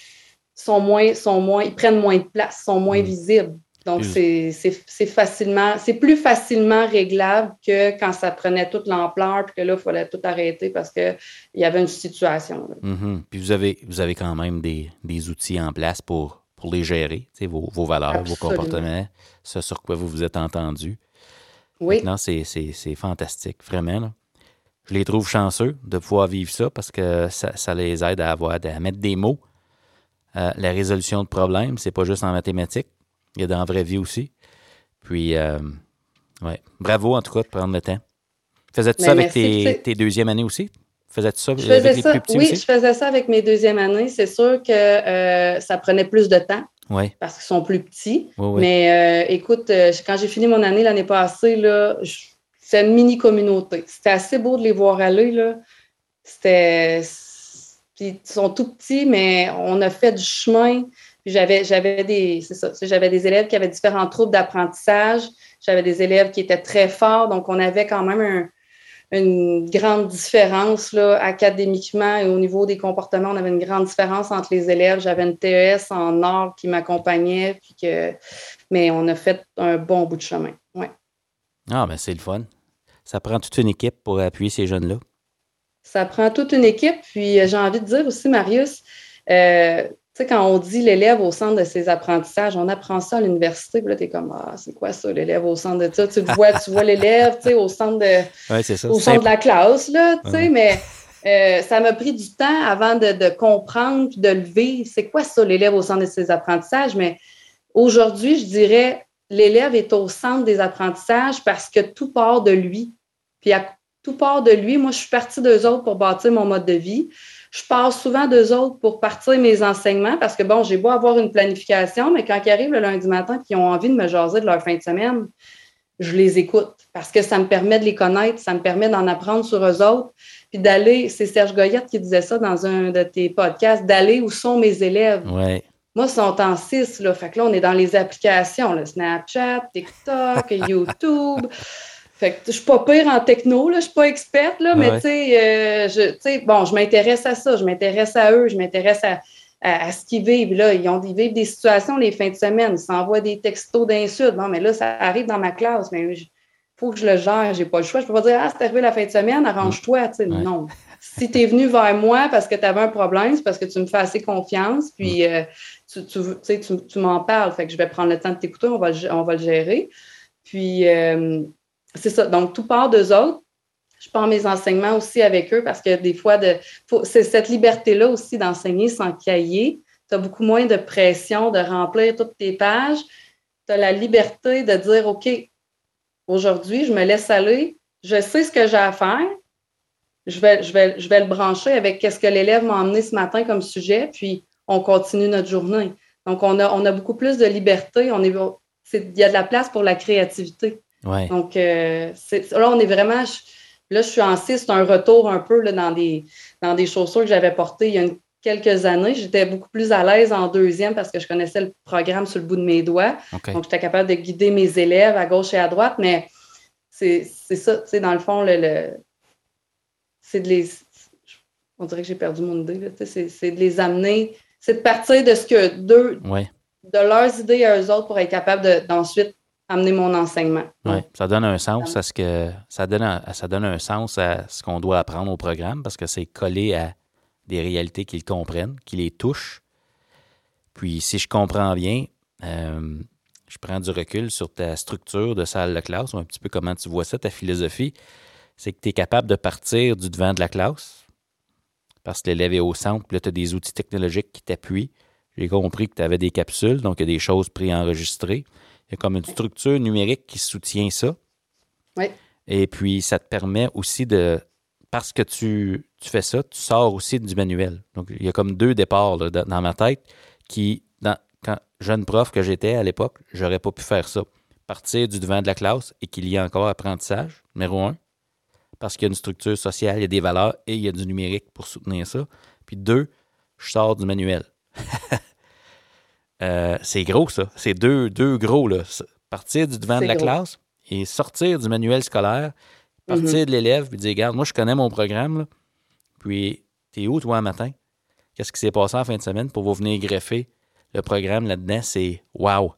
ils prennent moins de place, sont moins visibles. Donc, c'est plus facilement réglable que quand ça prenait toute l'ampleur puis que là, il fallait tout arrêter parce qu'il y avait une situation. Mm-hmm. Puis vous avez quand même des outils en place pour les gérer, vos valeurs, Absolument. Vos comportements, ce sur quoi vous vous êtes entendus. Oui. Maintenant, c'est fantastique, vraiment. Là. Je les trouve chanceux de pouvoir vivre ça parce que ça les aide à mettre des mots. La résolution de problèmes, c'est pas juste en mathématiques. Il y a dans la vraie vie aussi. Puis, bravo en tout cas de prendre le temps. Faisais-tu ça avec tes 2e années aussi? Faisais-tu ça avec les plus petits aussi? Oui, je faisais ça avec mes 2e années. C'est sûr que ça prenait plus de temps parce qu'ils sont plus petits. Oui. Mais écoute, quand j'ai fini mon année l'année passée, là, c'était une mini-communauté. C'était assez beau de les voir aller. Là. Puis, ils sont tout petits, mais on a fait du chemin. Puis j'avais des élèves qui avaient différents troubles d'apprentissage. J'avais des élèves qui étaient très forts. Donc, on avait quand même une grande différence là, académiquement et au niveau des comportements. On avait une grande différence entre les élèves. J'avais une TES en art qui m'accompagnait. Mais on a fait un bon bout de chemin. Ouais. Ah, ben c'est le fun. Ça prend toute une équipe pour appuyer ces jeunes-là. Ça prend toute une équipe. Puis, j'ai envie de dire aussi, Marius, tu sais, quand on dit l'élève au centre de ses apprentissages, on apprend ça à l'université, puis là, t'es comme, c'est quoi ça, l'élève au centre de ça? Tu vois l'élève, tu sais, au centre de la classe, là, tu sais, mais ça m'a pris du temps avant de comprendre puis de le vivre. C'est quoi ça, l'élève au centre de ses apprentissages? Mais aujourd'hui, je dirais, l'élève est au centre des apprentissages parce que tout part de lui. Puis tout part de lui. Moi, je suis partie d'eux autres pour bâtir mon mode de vie. Je pars souvent d'eux autres pour partir mes enseignements parce que, bon, j'ai beau avoir une planification, mais quand ils arrivent le lundi matin et qu'ils ont envie de me jaser de leur fin de semaine, je les écoute parce que ça me permet de les connaître, ça me permet d'en apprendre sur eux autres, puis d'aller, c'est Serge Goyette qui disait ça dans un de tes podcasts, d'aller où sont mes élèves. Ouais. Moi, ils sont en 6, là. Fait que là, on est dans les applications, là, Snapchat, TikTok, YouTube. Fait que je suis pas pire en techno, là, je suis pas experte, là, mais tu sais, bon, je m'intéresse à ça, je m'intéresse à eux, je m'intéresse à ce qu'ils vivent. Là. Ils vivent des situations les fins de semaine, ils s'envoient des textos d'insultes. Bon, mais là, ça arrive dans ma classe, mais il faut que je le gère, j'ai pas le choix. Je peux pas dire, ah, c'est arrivé la fin de semaine, arrange-toi. Tu sais, non. Si tu es venu vers moi parce que tu avais un problème, c'est parce que tu me fais assez confiance, puis tu m'en parles. Fait que je vais prendre le temps de t'écouter, on va le gérer. Puis, c'est ça. Donc, tout part d'eux autres. Je pars mes enseignements aussi avec eux parce que des fois, c'est cette liberté-là aussi d'enseigner sans cahier. Tu as beaucoup moins de pression de remplir toutes tes pages. Tu as la liberté de dire, OK, aujourd'hui, je me laisse aller. Je sais ce que j'ai à faire. Je vais le brancher avec ce que l'élève m'a emmené ce matin comme sujet, puis on continue notre journée. Donc, on a beaucoup plus de liberté. Il y a de la place pour la créativité. Ouais. Donc, là, on est vraiment... Là, je suis en 6, c'est un retour un peu là, dans des chaussures que j'avais portées il y a quelques années. J'étais beaucoup plus à l'aise en 2e parce que je connaissais le programme sur le bout de mes doigts. Okay. Donc, j'étais capable de guider mes élèves à gauche et à droite, mais c'est ça, tu sais, dans le fond, c'est de les... On dirait que j'ai perdu mon idée. Là, c'est de les amener, c'est de partir de ce que de leurs idées à eux autres pour être capable d'ensuite amener mon enseignement. Oui, ça donne un sens à ça donne un sens à ce qu'on doit apprendre au programme parce que c'est collé à des réalités qu'ils comprennent, qui les touchent. Puis si je comprends bien, je prends du recul sur ta structure de salle de classe ou un petit peu comment tu vois ça, ta philosophie, c'est que tu es capable de partir du devant de la classe parce que l'élève est au centre, puis là tu as des outils technologiques qui t'appuient. J'ai compris que tu avais des capsules, donc il y a des choses préenregistrées. Il y a comme une structure numérique qui soutient ça. Oui. Et puis, ça te permet aussi parce que tu fais ça, tu sors aussi du manuel. Donc, il y a comme 2 départs là, dans ma tête qui, quand jeune prof que j'étais à l'époque, j'aurais pas pu faire ça. Partir du devant de la classe et qu'il y ait encore apprentissage, numéro 1, parce qu'il y a une structure sociale, il y a des valeurs et il y a du numérique pour soutenir ça. Puis 2, je sors du manuel. C'est gros, ça. C'est deux gros, là. Partir du devant de la classe et sortir du manuel scolaire, partir de l'élève et dire, regarde, moi, je connais mon programme, là. Puis, t'es où, toi, un matin? Qu'est-ce qui s'est passé en fin de semaine pour vous venir greffer le programme là-dedans? C'est wow!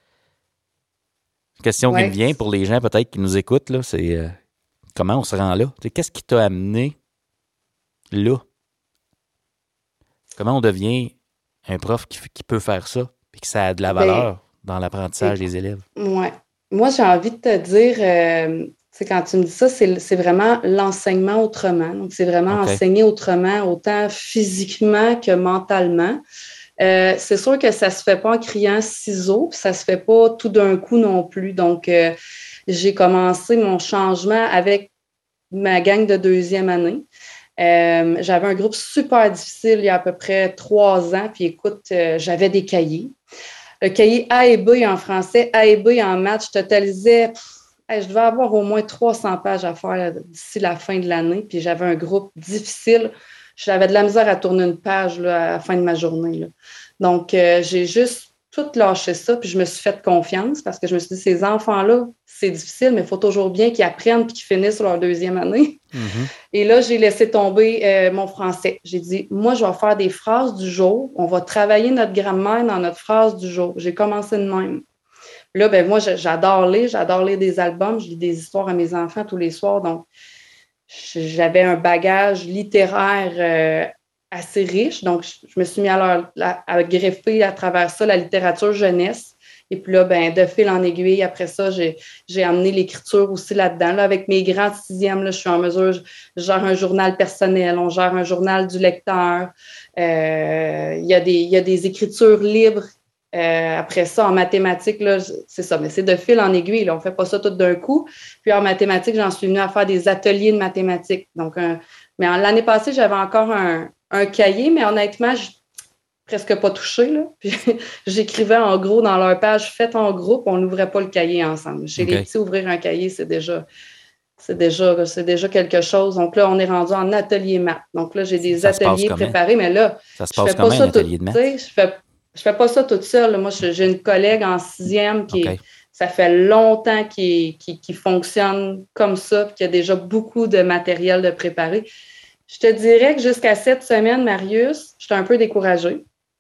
Question qui me vient pour les gens, peut-être, qui nous écoutent, là, c'est comment on se rend là? T'sais, qu'est-ce qui t'a amené là? Comment on devient un prof qui peut faire ça? Puis que ça a de la valeur dans l'apprentissage des élèves. Oui. Moi, j'ai envie de te dire, quand tu me dis ça, c'est vraiment l'enseignement autrement. Donc, c'est vraiment enseigner autrement, autant physiquement que mentalement. C'est sûr que ça ne se fait pas en criant ciseaux, puis ça ne se fait pas tout d'un coup non plus. Donc, j'ai commencé mon changement avec ma gang de 2e année. J'avais un groupe super difficile il y a à peu près 3 ans. Puis écoute, j'avais des cahiers. Le cahier A et B en français, A et B en maths, je totalisais, je devais avoir au moins 300 pages à faire d'ici la fin de l'année. Puis j'avais un groupe difficile. J'avais de la misère à tourner une page là, à la fin de ma journée. Là. Donc, j'ai juste tout lâché ça, puis je me suis fait confiance parce que je me suis dit, ces enfants-là, c'est difficile, mais il faut toujours bien qu'ils apprennent et qu'ils finissent leur 2e année. Mm-hmm. Et là, j'ai laissé tomber mon français. J'ai dit, moi, je vais faire des phrases du jour. On va travailler notre grammaire dans notre phrase du jour. J'ai commencé de même. Là, moi, j'adore lire des albums. Je lis des histoires à mes enfants tous les soirs. Donc, j'avais un bagage littéraire assez riche. Donc, je me suis mis à greffer à travers ça la littérature jeunesse. Et puis là, de fil en aiguille, après ça, j'ai amené l'écriture aussi là-dedans. Là, avec mes grands 6e, là, je suis en mesure, je gère un journal personnel, on gère un journal du lecteur. Il y a des écritures libres Après ça, en mathématiques, là, c'est ça, mais c'est de fil en aiguille. Là, on ne fait pas ça tout d'un coup. Puis en mathématiques, j'en suis venue à faire des ateliers de mathématiques. Donc, mais l'année passée, j'avais encore un cahier, mais honnêtement, je presque pas touché. Là. Puis j'écrivais en gros dans leur page, faites en groupe, on n'ouvrait pas le cahier ensemble. Chez les petits, ouvrir un cahier, c'est déjà quelque chose. Donc là, on est rendu en atelier maths. Donc là, j'ai des ateliers préparés, mais là, ça se passe comment, un atelier de maths? Je fais pas ça toute seule. Moi, j'ai une collègue en 6e ça fait longtemps qu'il fonctionne comme ça, puis qu'il y a déjà beaucoup de matériel de préparé. Je te dirais que jusqu'à cette semaine, Marius, j'étais un peu découragée.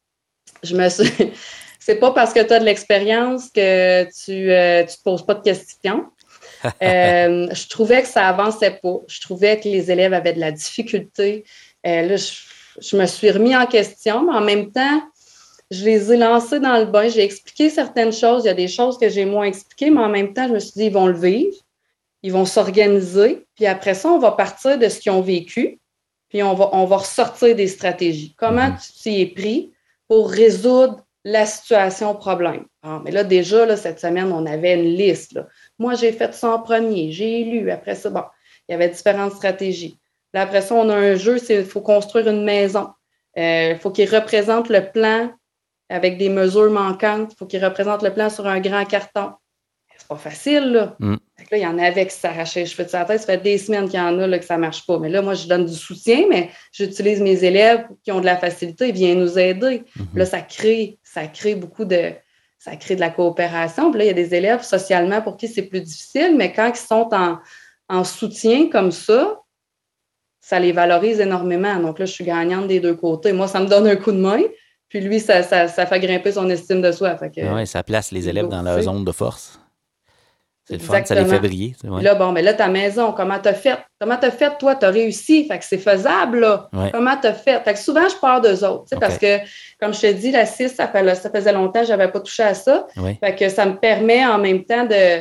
C'est pas parce que tu as de l'expérience que tu te poses pas de questions. Je trouvais que ça avançait pas. Je trouvais que les élèves avaient de la difficulté. Là, je me suis remis en question, mais en même temps, je les ai lancés dans le bain. J'ai expliqué certaines choses. Il y a des choses que j'ai moins expliquées, mais en même temps, je me suis dit, ils vont le vivre, ils vont s'organiser, puis après ça, on va partir de ce qu'ils ont vécu, puis on va ressortir des stratégies. Comment tu t'y es pris pour résoudre la situation problème? Alors, mais là, déjà, là, cette semaine, on avait une liste. Là. Moi, j'ai fait ça en premier, j'ai lu. Après ça, bon, il y avait différentes stratégies. Là, après ça, on a un jeu, il faut construire une maison. Il faut qu'il représente le plan avec des mesures manquantes. Il faut qu'il représente le plan sur un grand carton. C'est pas facile, là. Fait que là, il y en avait qui s'arrachaient les cheveux de sa tête. Ça fait des semaines qu'il y en a là, que ça marche pas. Mais là, moi, je donne du soutien, mais j'utilise mes élèves qui ont de la facilité. Ils viennent nous aider. Là, ça crée beaucoup de... Ça crée de la coopération. Puis là, il y a des élèves socialement pour qui c'est plus difficile, mais quand ils sont en soutien comme ça les valorise énormément. Donc là, je suis gagnante des deux côtés. Moi, ça me donne un coup de main. Puis lui, ça fait grimper son estime de soi. Oui, ça place les élèves dans leur zone de force. C'est le fun, ça les fait briller. Ouais. Là, bon, mais là, ta maison, comment t'as fait? Toi? T'as réussi. Fait que c'est faisable, là. Ouais. Comment t'as fait? Fait que souvent, je pars d'eux autres. Parce que, comme je te dis, la 6, ça faisait longtemps que j'avais pas touché à ça. Ouais. Fait que ça me permet en même temps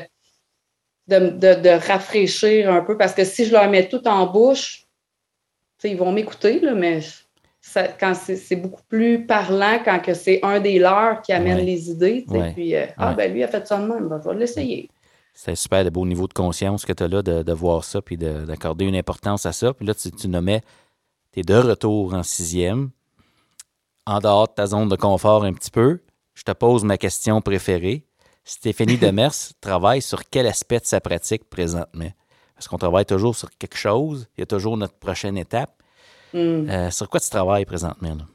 de rafraîchir un peu. Parce que si je leur mets tout en bouche, ils vont m'écouter, là, mais... quand c'est beaucoup plus parlant quand que c'est un des leurs qui amène les idées. Puis, ben lui a fait ça de même, je vais l'essayer. C'est super de beau niveau de conscience que tu as là de voir ça puis d'accorder une importance à ça. Puis là, tu nommais, tu es de retour en 6e, en dehors de ta zone de confort un petit peu. Je te pose ma question préférée. Stéphanie Demers travaille sur quel aspect de sa pratique présentement? Parce qu'on travaille toujours sur quelque chose. Il y a toujours notre prochaine étape. Sur quoi tu travailles présentement? Là?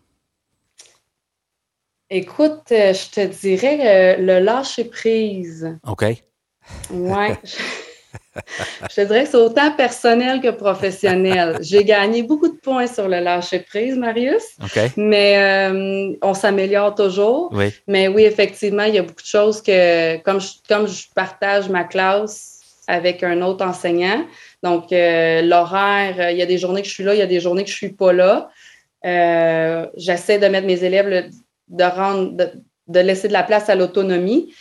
Écoute, je te dirais le lâcher-prise. OK. Oui. Je te dirais que c'est autant personnel que professionnel. J'ai gagné beaucoup de points sur le lâcher-prise, Marius. OK. Mais on s'améliore toujours. Oui. Mais oui, effectivement, il y a beaucoup de choses que, comme je partage ma classe avec un autre enseignant, donc, l'horaire, il y a des journées que je suis là, il y a des journées que je ne suis pas là. J'essaie de mettre mes élèves, de laisser de la place à l'autonomie.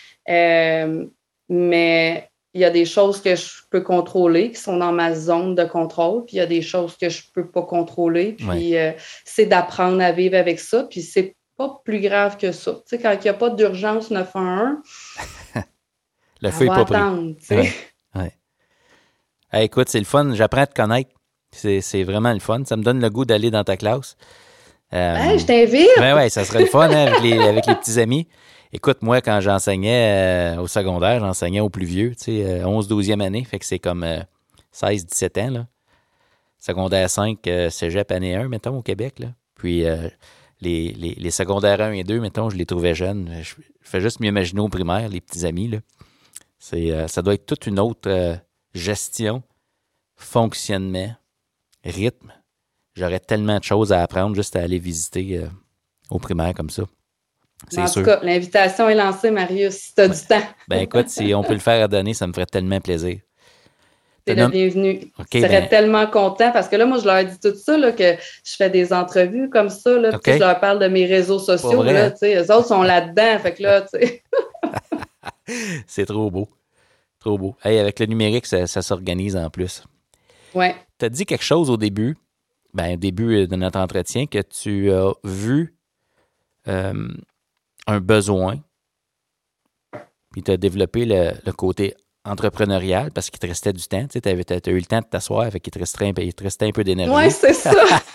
Mais il y a des choses que je peux contrôler, qui sont dans ma zone de contrôle, puis il y a des choses que je ne peux pas contrôler. Puis, c'est d'apprendre à vivre avec ça. Puis, c'est pas plus grave que ça. Tu sais, quand il n'y a pas d'urgence 911, le feu n'est pas pris. Hey, écoute, c'est le fun. J'apprends à te connaître. C'est vraiment le fun. Ça me donne le goût d'aller dans ta classe. Je t'invite. Oui, ça serait le fun hein, avec les petits amis. Écoute, moi, quand j'enseignais au secondaire, j'enseignais aux plus vieux, tu sais, 11-12e année. Fait que c'est comme 16-17 ans. Là. Secondaire 5, cégep année 1, mettons, au Québec. Là. Puis les secondaires 1 et 2, mettons, je les trouvais jeunes. Je fais juste m'imaginer au primaire, les petits amis. Là. Ça doit être toute une autre... gestion, fonctionnement, rythme. J'aurais tellement de choses à apprendre juste à aller visiter au primaire comme ça. C'est sûr. En tout cas, l'invitation est lancée, Marius, si tu as du temps. Ben écoute, si on peut le faire à donner, ça me ferait tellement plaisir. T'es le bienvenu. Je serais tellement content parce que là, moi, je leur dis tout ça, là, que je fais des entrevues comme ça, là, puis je leur parle de mes réseaux sociaux. Là, eux autres sont là-dedans. Fait que là, tu sais. C'est trop beau. Trop beau. Hey, avec le numérique, ça s'organise en plus. Oui. Tu as dit quelque chose au début de notre entretien, que tu as vu un besoin, puis tu as développé le côté entrepreneurial parce qu'il te restait du temps. Tu sais, as eu le temps de t'asseoir, fait qu'il te restait un peu d'énergie. Oui, c'est ça.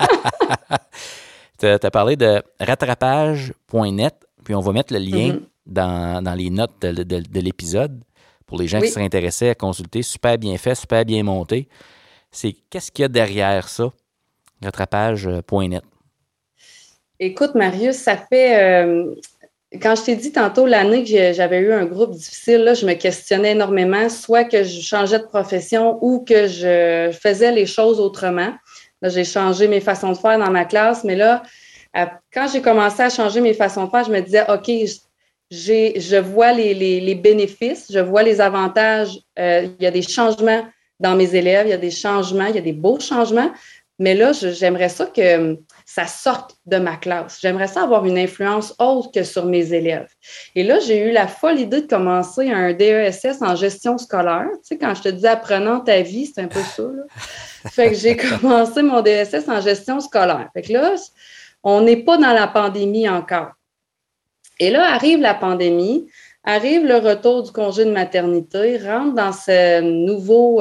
Tu as parlé de rattrapage.net, puis on va mettre le lien dans les notes de l'épisode pour les gens qui seraient intéressés à consulter. Super bien fait, super bien monté. Qu'est-ce qu'il y a derrière ça, rattrapage.net? Écoute, Marius, ça fait... quand je t'ai dit tantôt l'année que j'avais eu un groupe difficile, là, je me questionnais énormément, soit que je changeais de profession ou que je faisais les choses autrement. Là, j'ai changé mes façons de faire dans ma classe, mais là, quand j'ai commencé à changer mes façons de faire, je me disais, OK, je vois les bénéfices, je vois les avantages. Il y a des changements dans mes élèves, il y a des changements, il y a des beaux changements, mais là, j'aimerais ça que ça sorte de ma classe. J'aimerais ça avoir une influence autre que sur mes élèves. Et là, j'ai eu la folle idée de commencer un DESS en gestion scolaire. Tu sais, quand je te dis apprenant ta vie, c'est un peu ça, là. Fait que j'ai commencé mon DESS en gestion scolaire. Fait que là, on n'est pas dans la pandémie encore. Et là, arrive la pandémie, arrive le retour du congé de maternité, rentre dans ce nouveau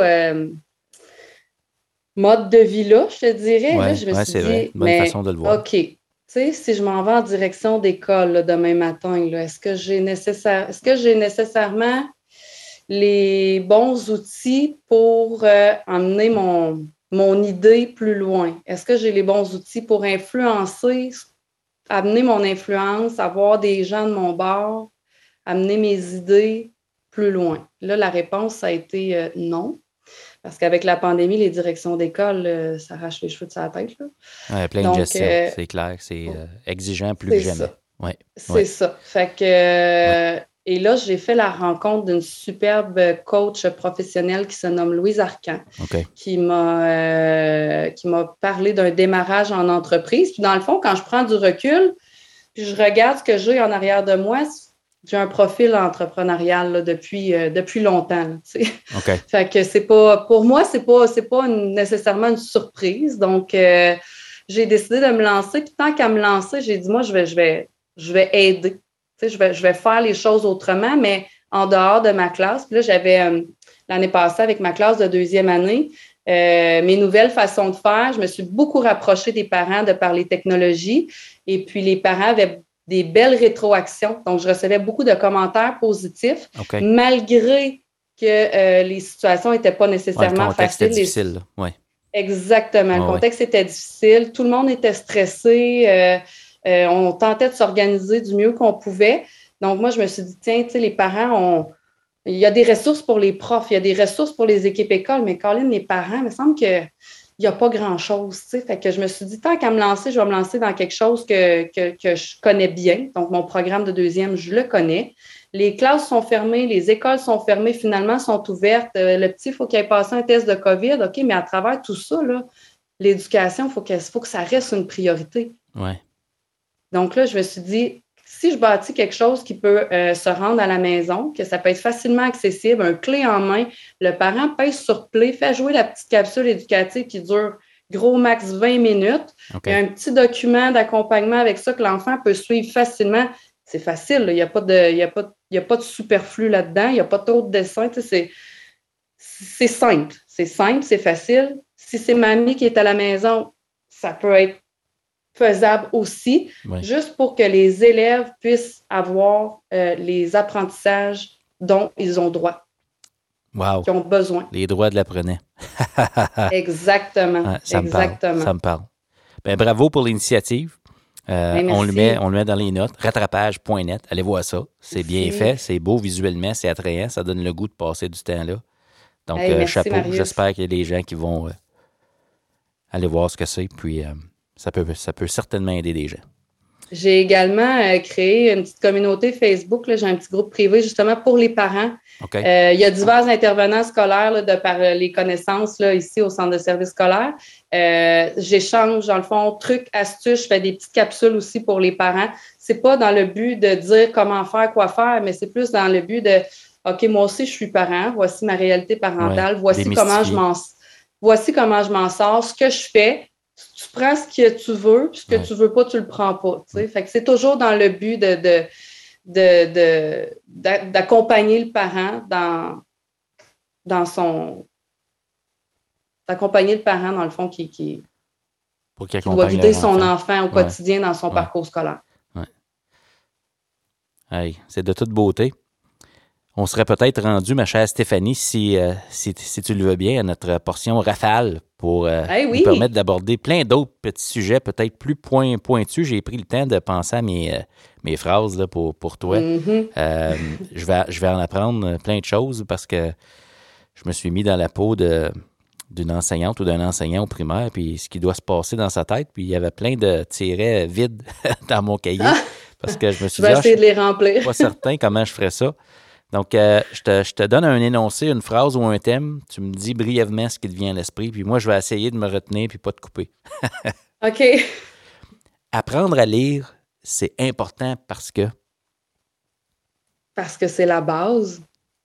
mode de vie-là, je te dirais. Ouais, là, je me suis c'est dit, vrai. Bonne façon de le voir. OK, tu sais, si je m'en vais en direction d'école là, demain matin, là, est-ce que j'ai nécessairement les bons outils pour emmener mon idée plus loin? Est-ce que j'ai les bons outils pour influencer, amener mon influence, avoir des gens de mon bord, amener mes idées plus loin? Là, la réponse, ça a été non. Parce qu'avec la pandémie, les directions d'école s'arrachent les cheveux de sa tête. Là. Ouais, plein de gestion, c'est clair. C'est exigeant plus que jamais. Ouais, c'est ça. Fait que, et là, j'ai fait la rencontre d'une superbe coach professionnelle qui se nomme Louise Arcan, qui m'a parlé d'un démarrage en entreprise. Puis dans le fond, quand je prends du recul, puis je regarde ce que j'ai en arrière de moi, j'ai un profil entrepreneurial là, depuis longtemps. Là, fait que c'est pas, pour moi, c'est pas nécessairement une surprise. Donc, j'ai décidé de me lancer. Puis tant qu'à me lancer, j'ai dit, moi, je vais aider. Je vais faire les choses autrement, mais en dehors de ma classe. Puis là, j'avais l'année passée avec ma classe de 2e année, mes nouvelles façons de faire. Je me suis beaucoup rapprochée des parents de par les technologies. Et puis, les parents avaient des belles rétroactions. Donc, je recevais beaucoup de commentaires positifs, malgré que les situations n'étaient pas nécessairement faciles. Le contexte était difficile. Exactement. Le contexte était difficile. Tout le monde était stressé. On tentait de s'organiser du mieux qu'on pouvait. Donc, moi, je me suis dit, tiens, tu sais, les parents, il y a des ressources pour les profs, il y a des ressources pour les équipes écoles, mais Colin, les parents, il me semble que il n'y a pas grand-chose, tu sais. Fait que je me suis dit, tant qu'à me lancer, je vais me lancer dans quelque chose que je connais bien. Donc, mon programme de 2e, je le connais. Les classes sont fermées, les écoles sont fermées, finalement, sont ouvertes. Le petit, il faut qu'il ait passé un test de COVID. OK, mais à travers tout ça, là, l'éducation, il faut que ça reste une priorité. Ouais. Donc là, je me suis dit, si je bâtis quelque chose qui peut se rendre à la maison, que ça peut être facilement accessible, un clé en main, le parent pèse sur play, fait jouer la petite capsule éducative qui dure gros max 20 minutes. Il y a un petit document d'accompagnement avec ça que l'enfant peut suivre facilement. C'est facile, il n'y a pas de superflu là-dedans, il n'y a pas trop de dessins. C'est simple. C'est simple, c'est facile. Si c'est mamie qui est à la maison, ça peut être faisable aussi, juste pour que les élèves puissent avoir les apprentissages dont ils ont droit, qui ont besoin. Les droits de l'apprenant. Exactement. Ça me parle. Ben, bravo pour l'initiative. On le met dans les notes. Rattrapage.net. Allez voir ça. C'est bien fait, c'est beau visuellement, c'est attrayant, ça donne le goût de passer du temps là. Donc, chapeau. Marius. J'espère qu'il y a des gens qui vont aller voir ce que c'est, puis ça peut certainement aider des gens. J'ai également créé une petite communauté Facebook. Là, j'ai un petit groupe privé justement pour les parents. Il y a divers intervenants scolaires là, de par les connaissances là, ici au centre de services scolaires. J'échange, dans le fond, trucs, astuces. Je fais des petites capsules aussi pour les parents. C'est pas dans le but de dire comment faire, quoi faire, mais c'est plus dans le but de OK, moi aussi, je suis parent. Voici ma réalité parentale. Voici comment je m'en sors. Ce que je fais, tu prends ce que tu veux, puis ce que tu veux pas, tu le prends pas. Fait que c'est toujours dans le but de d'accompagner le parent dans son... D'accompagner le parent, dans le fond, qui doit guider son enfant au quotidien dans son parcours scolaire. Ouais. Hey, c'est de toute beauté. On serait peut-être rendu, ma chère Stéphanie, si tu le veux bien, à notre portion rafale pour nous permettre d'aborder plein d'autres petits sujets, peut-être plus pointus. J'ai pris le temps de penser à mes phrases là, pour toi. Mm-hmm. Je vais en apprendre plein de choses parce que je me suis mis dans la peau d'une enseignante ou d'un enseignant au primaire, puis ce qui doit se passer dans sa tête, puis il y avait plein de tirets vides dans mon cahier, parce que je me suis dit, essayer de les remplir. Je suis pas certain comment je ferais ça. Donc, je te donne un énoncé, une phrase ou un thème, tu me dis brièvement ce qui te vient à l'esprit, puis moi, je vais essayer de me retenir puis pas te couper. OK. Apprendre à lire, c'est important parce que... Parce que c'est la base,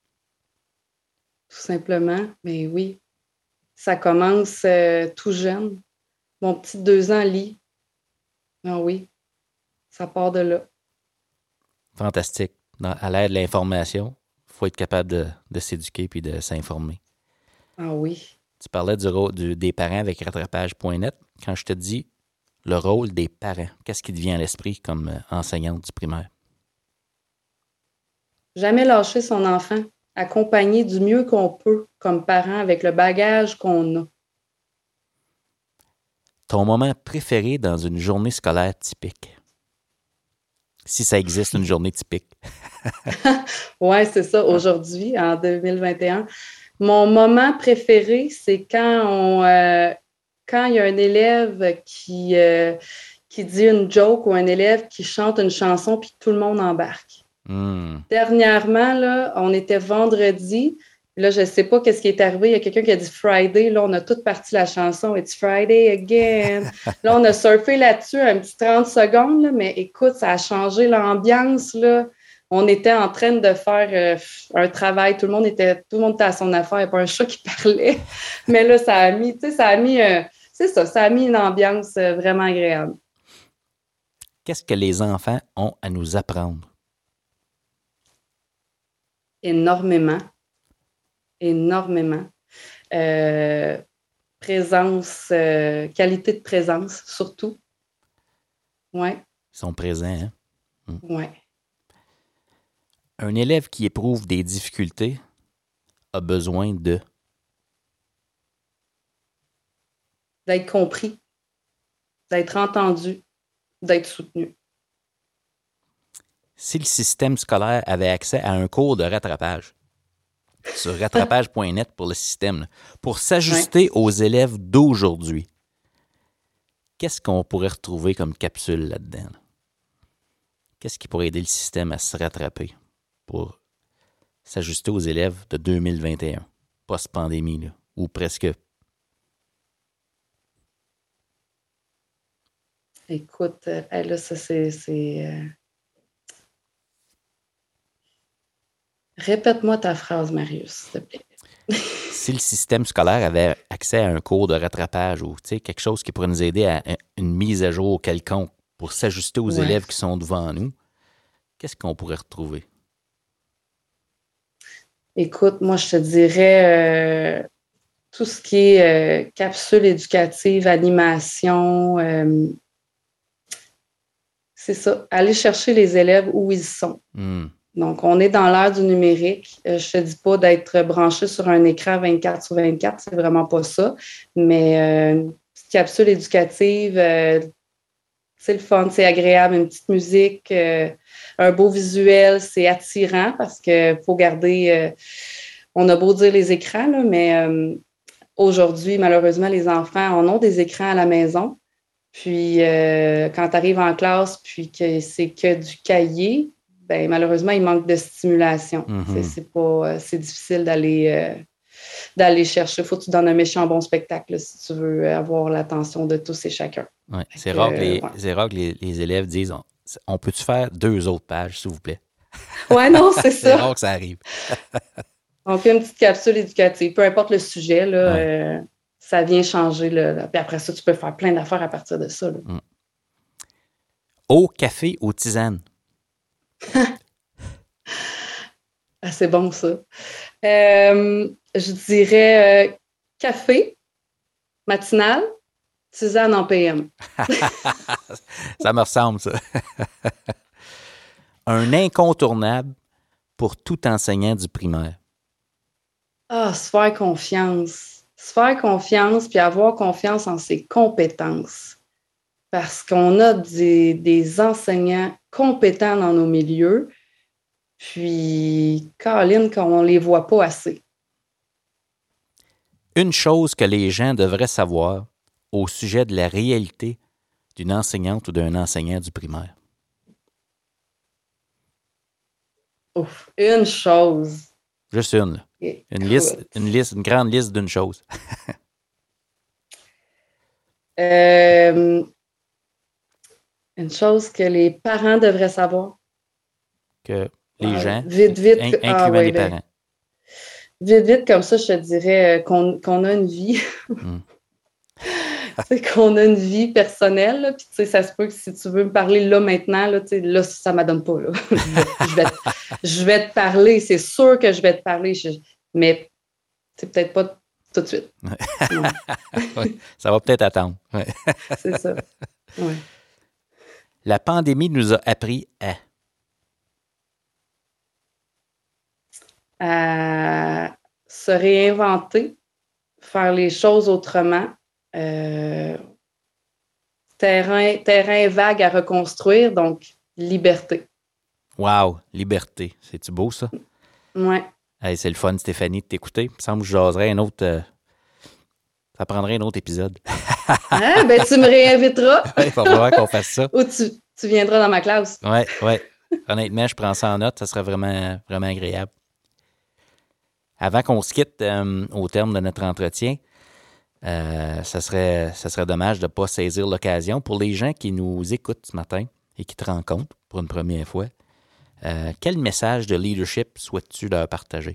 tout simplement. Mais oui, ça commence tout jeune. Mon petit 2 ans lit. Ah oui, ça part de là. Fantastique. À l'aide de l'information, il faut être capable de s'éduquer puis de s'informer. Ah oui. Tu parlais des parents avec rattrapage.net. Quand je te dis le rôle des parents, qu'est-ce qui te vient à l'esprit comme enseignante du primaire? Jamais lâcher son enfant, accompagner du mieux qu'on peut comme parent avec le bagage qu'on a. Ton moment préféré dans une journée scolaire typique? Si ça existe, une journée typique. Oui, c'est ça, aujourd'hui, en 2021. Mon moment préféré, c'est quand il y a un élève qui dit une joke ou un élève qui chante une chanson puis tout le monde embarque. Dernièrement, là, on était vendredi. Là, je ne sais pas qu'est-ce qui est arrivé. Il y a quelqu'un qui a dit Friday. Là, on a toute parti la chanson. It's Friday again. Là, on a surfé là-dessus un petit 30 secondes. Là, mais écoute, ça a changé l'ambiance. Là. On était en train de faire un travail. Tout le monde était à son affaire. Il n'y a pas un chat qui parlait. Mais là, ça a mis une ambiance vraiment agréable. Qu'est-ce que les enfants ont à nous apprendre? Énormément. Présence, qualité de présence, surtout. Oui. Ils sont présents, hein? Oui. Un élève qui éprouve des difficultés a besoin d'être compris, d'être entendu, d'être soutenu. Si le système scolaire avait accès à un cours de rattrapage, sur rattrapage.net pour le système, pour s'ajuster aux élèves d'aujourd'hui, qu'est-ce qu'on pourrait retrouver comme capsule là-dedans? Qu'est-ce qui pourrait aider le système à se rattraper pour s'ajuster aux élèves de 2021, post-pandémie, là, ou presque? Écoute, là, ça, c'est... Répète-moi ta phrase, Marius, s'il te plaît. Si le système scolaire avait accès à un cours de rattrapage ou quelque chose qui pourrait nous aider à une mise à jour quelconque pour s'ajuster aux élèves qui sont devant nous, qu'est-ce qu'on pourrait retrouver? Écoute, moi, je te dirais tout ce qui est capsule éducative, animation, c'est ça, aller chercher les élèves où ils sont. Donc, on est dans l'ère du numérique. Je ne te dis pas d'être branché sur un écran 24/24, c'est vraiment pas ça. Mais une petite capsule éducative, c'est le fun, c'est agréable, une petite musique, un beau visuel, c'est attirant parce qu'il faut garder... on a beau dire les écrans, là, mais aujourd'hui, malheureusement, les enfants en ont des écrans à la maison. Puis, quand tu arrives en classe puis que c'est que du cahier, ben, malheureusement, il manque de stimulation. C'est difficile d'aller chercher. Il faut que tu donnes un méchant bon spectacle là, si tu veux avoir l'attention de tous et chacun. Ouais. C'est rare que les élèves disent on peut-tu faire 2 autres pages, s'il vous plaît? Oui, non, c'est ça. C'est rare que ça arrive. On fait une petite capsule éducative. Peu importe le sujet, là, ça vient changer. Là. Puis après ça, tu peux faire plein d'affaires à partir de ça. Là. Eau, café ou tisane? Ah, c'est bon, ça. Je dirais café matinal, tisane en PM. Ça me ressemble, ça. Un incontournable pour tout enseignant du primaire. Ah, se faire confiance. Se faire confiance puis avoir confiance en ses compétences. Parce qu'on a des enseignants compétents dans nos milieux, puis, Caroline, qu'on ne les voit pas assez. Une chose que les gens devraient savoir au sujet de la réalité d'une enseignante ou d'un enseignant du primaire. Ouf, une chose. Juste une, là. Une grande liste d'une chose. Une chose que les parents devraient savoir. Que les gens, vite, incluant les parents. Vite, comme ça, je te dirais qu'on a une vie. Qu'on a une vie personnelle. Là, puis, ça se peut que si tu veux me parler là, maintenant, là, ça ne m'adonne pas. Là. je vais te parler. C'est sûr que je vais te parler. Mais c'est peut-être pas tout de suite. Ouais, ça va peut-être attendre. Ouais. C'est ça. Ouais. La pandémie nous a appris à se réinventer, faire les choses autrement. Terrain vague à reconstruire, donc liberté. Wow, liberté. C'est-tu beau, ça? Ouais. Hey, c'est le fun, Stéphanie, de t'écouter. Il me semble que je jaserais un autre... ça prendrait un autre épisode. Ah, ben tu me réinviteras. Il va falloir qu'on fasse ça. Ou tu viendras dans ma classe. Oui. Honnêtement, je prends ça en note. Ça serait vraiment, vraiment agréable. Avant qu'on se quitte au terme de notre entretien, ça serait dommage de ne pas saisir l'occasion. Pour les gens qui nous écoutent ce matin et qui te rencontrent pour une première fois, quel message de leadership souhaites-tu leur partager?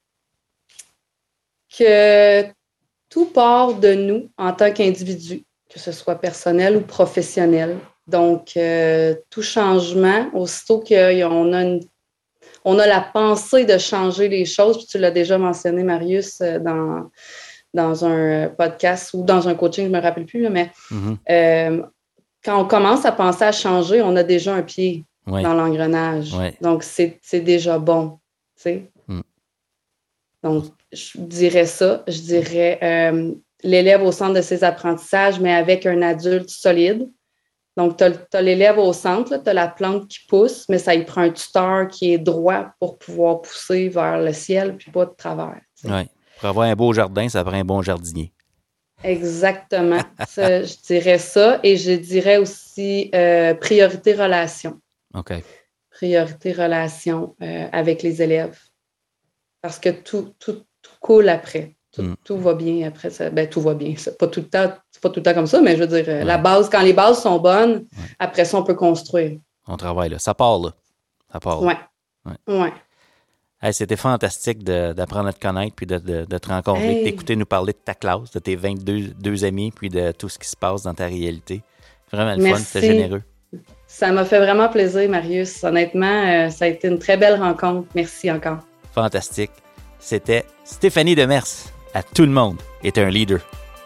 Que tout part de nous en tant qu'individu, que ce soit personnel ou professionnel. Donc, tout changement, aussitôt qu'on a la pensée de changer les choses, puis tu l'as déjà mentionné, Marius, dans un podcast ou dans un coaching, je ne me rappelle plus, là, mais quand on commence à penser à changer, on a déjà un pied dans l'engrenage. Oui. Donc, c'est déjà bon. Tu sais? Donc, je dirais ça. Je dirais l'élève au centre de ses apprentissages, mais avec un adulte solide. Donc, tu as l'élève au centre, tu as la plante qui pousse, mais ça y prend un tuteur qui est droit pour pouvoir pousser vers le ciel, puis pas de travers. Oui. Pour avoir un beau jardin, ça prend un bon jardinier. Exactement. Je dirais ça. Et je dirais aussi priorité relation. OK. Priorité relation avec les élèves. Parce que tout coule après. Tout va bien après ça. Ben, tout va bien. C'est pas tout le temps comme ça, mais je veux dire, la base, quand les bases sont bonnes, après ça, on peut construire. On travaille là. Ça part là. Oui. Hey, c'était fantastique d'apprendre à te connaître puis de te rencontrer, de t'écouter nous parler de ta classe, de tes 22 amis, puis de tout ce qui se passe dans ta réalité. Vraiment le fun, c'était généreux. Ça m'a fait vraiment plaisir, Marius. Honnêtement, ça a été une très belle rencontre. Merci encore. Fantastique. C'était Stéphanie Demers. À tout le monde est un leader.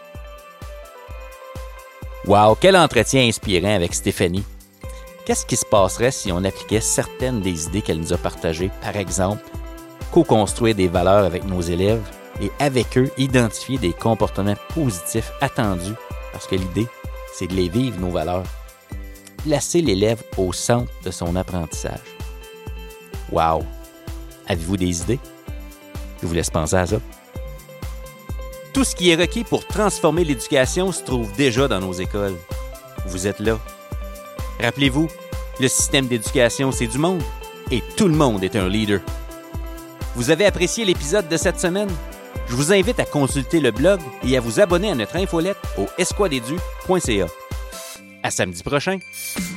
Wow, quel entretien inspirant avec Stéphanie. Qu'est-ce qui se passerait si on appliquait certaines des idées qu'elle nous a partagées? Par exemple, co-construire des valeurs avec nos élèves et avec eux, identifier des comportements positifs attendus parce que l'idée, c'est de les vivre, nos valeurs. Placer l'élève au centre de son apprentissage. Wow! Avez-vous des idées? Je vous laisse penser à ça. Tout ce qui est requis pour transformer l'éducation se trouve déjà dans nos écoles. Vous êtes là. Rappelez-vous, le système d'éducation, c'est du monde et tout le monde est un leader. Vous avez apprécié l'épisode de cette semaine? Je vous invite à consulter le blog et à vous abonner à notre infolette au esquadedu.ca. À samedi prochain!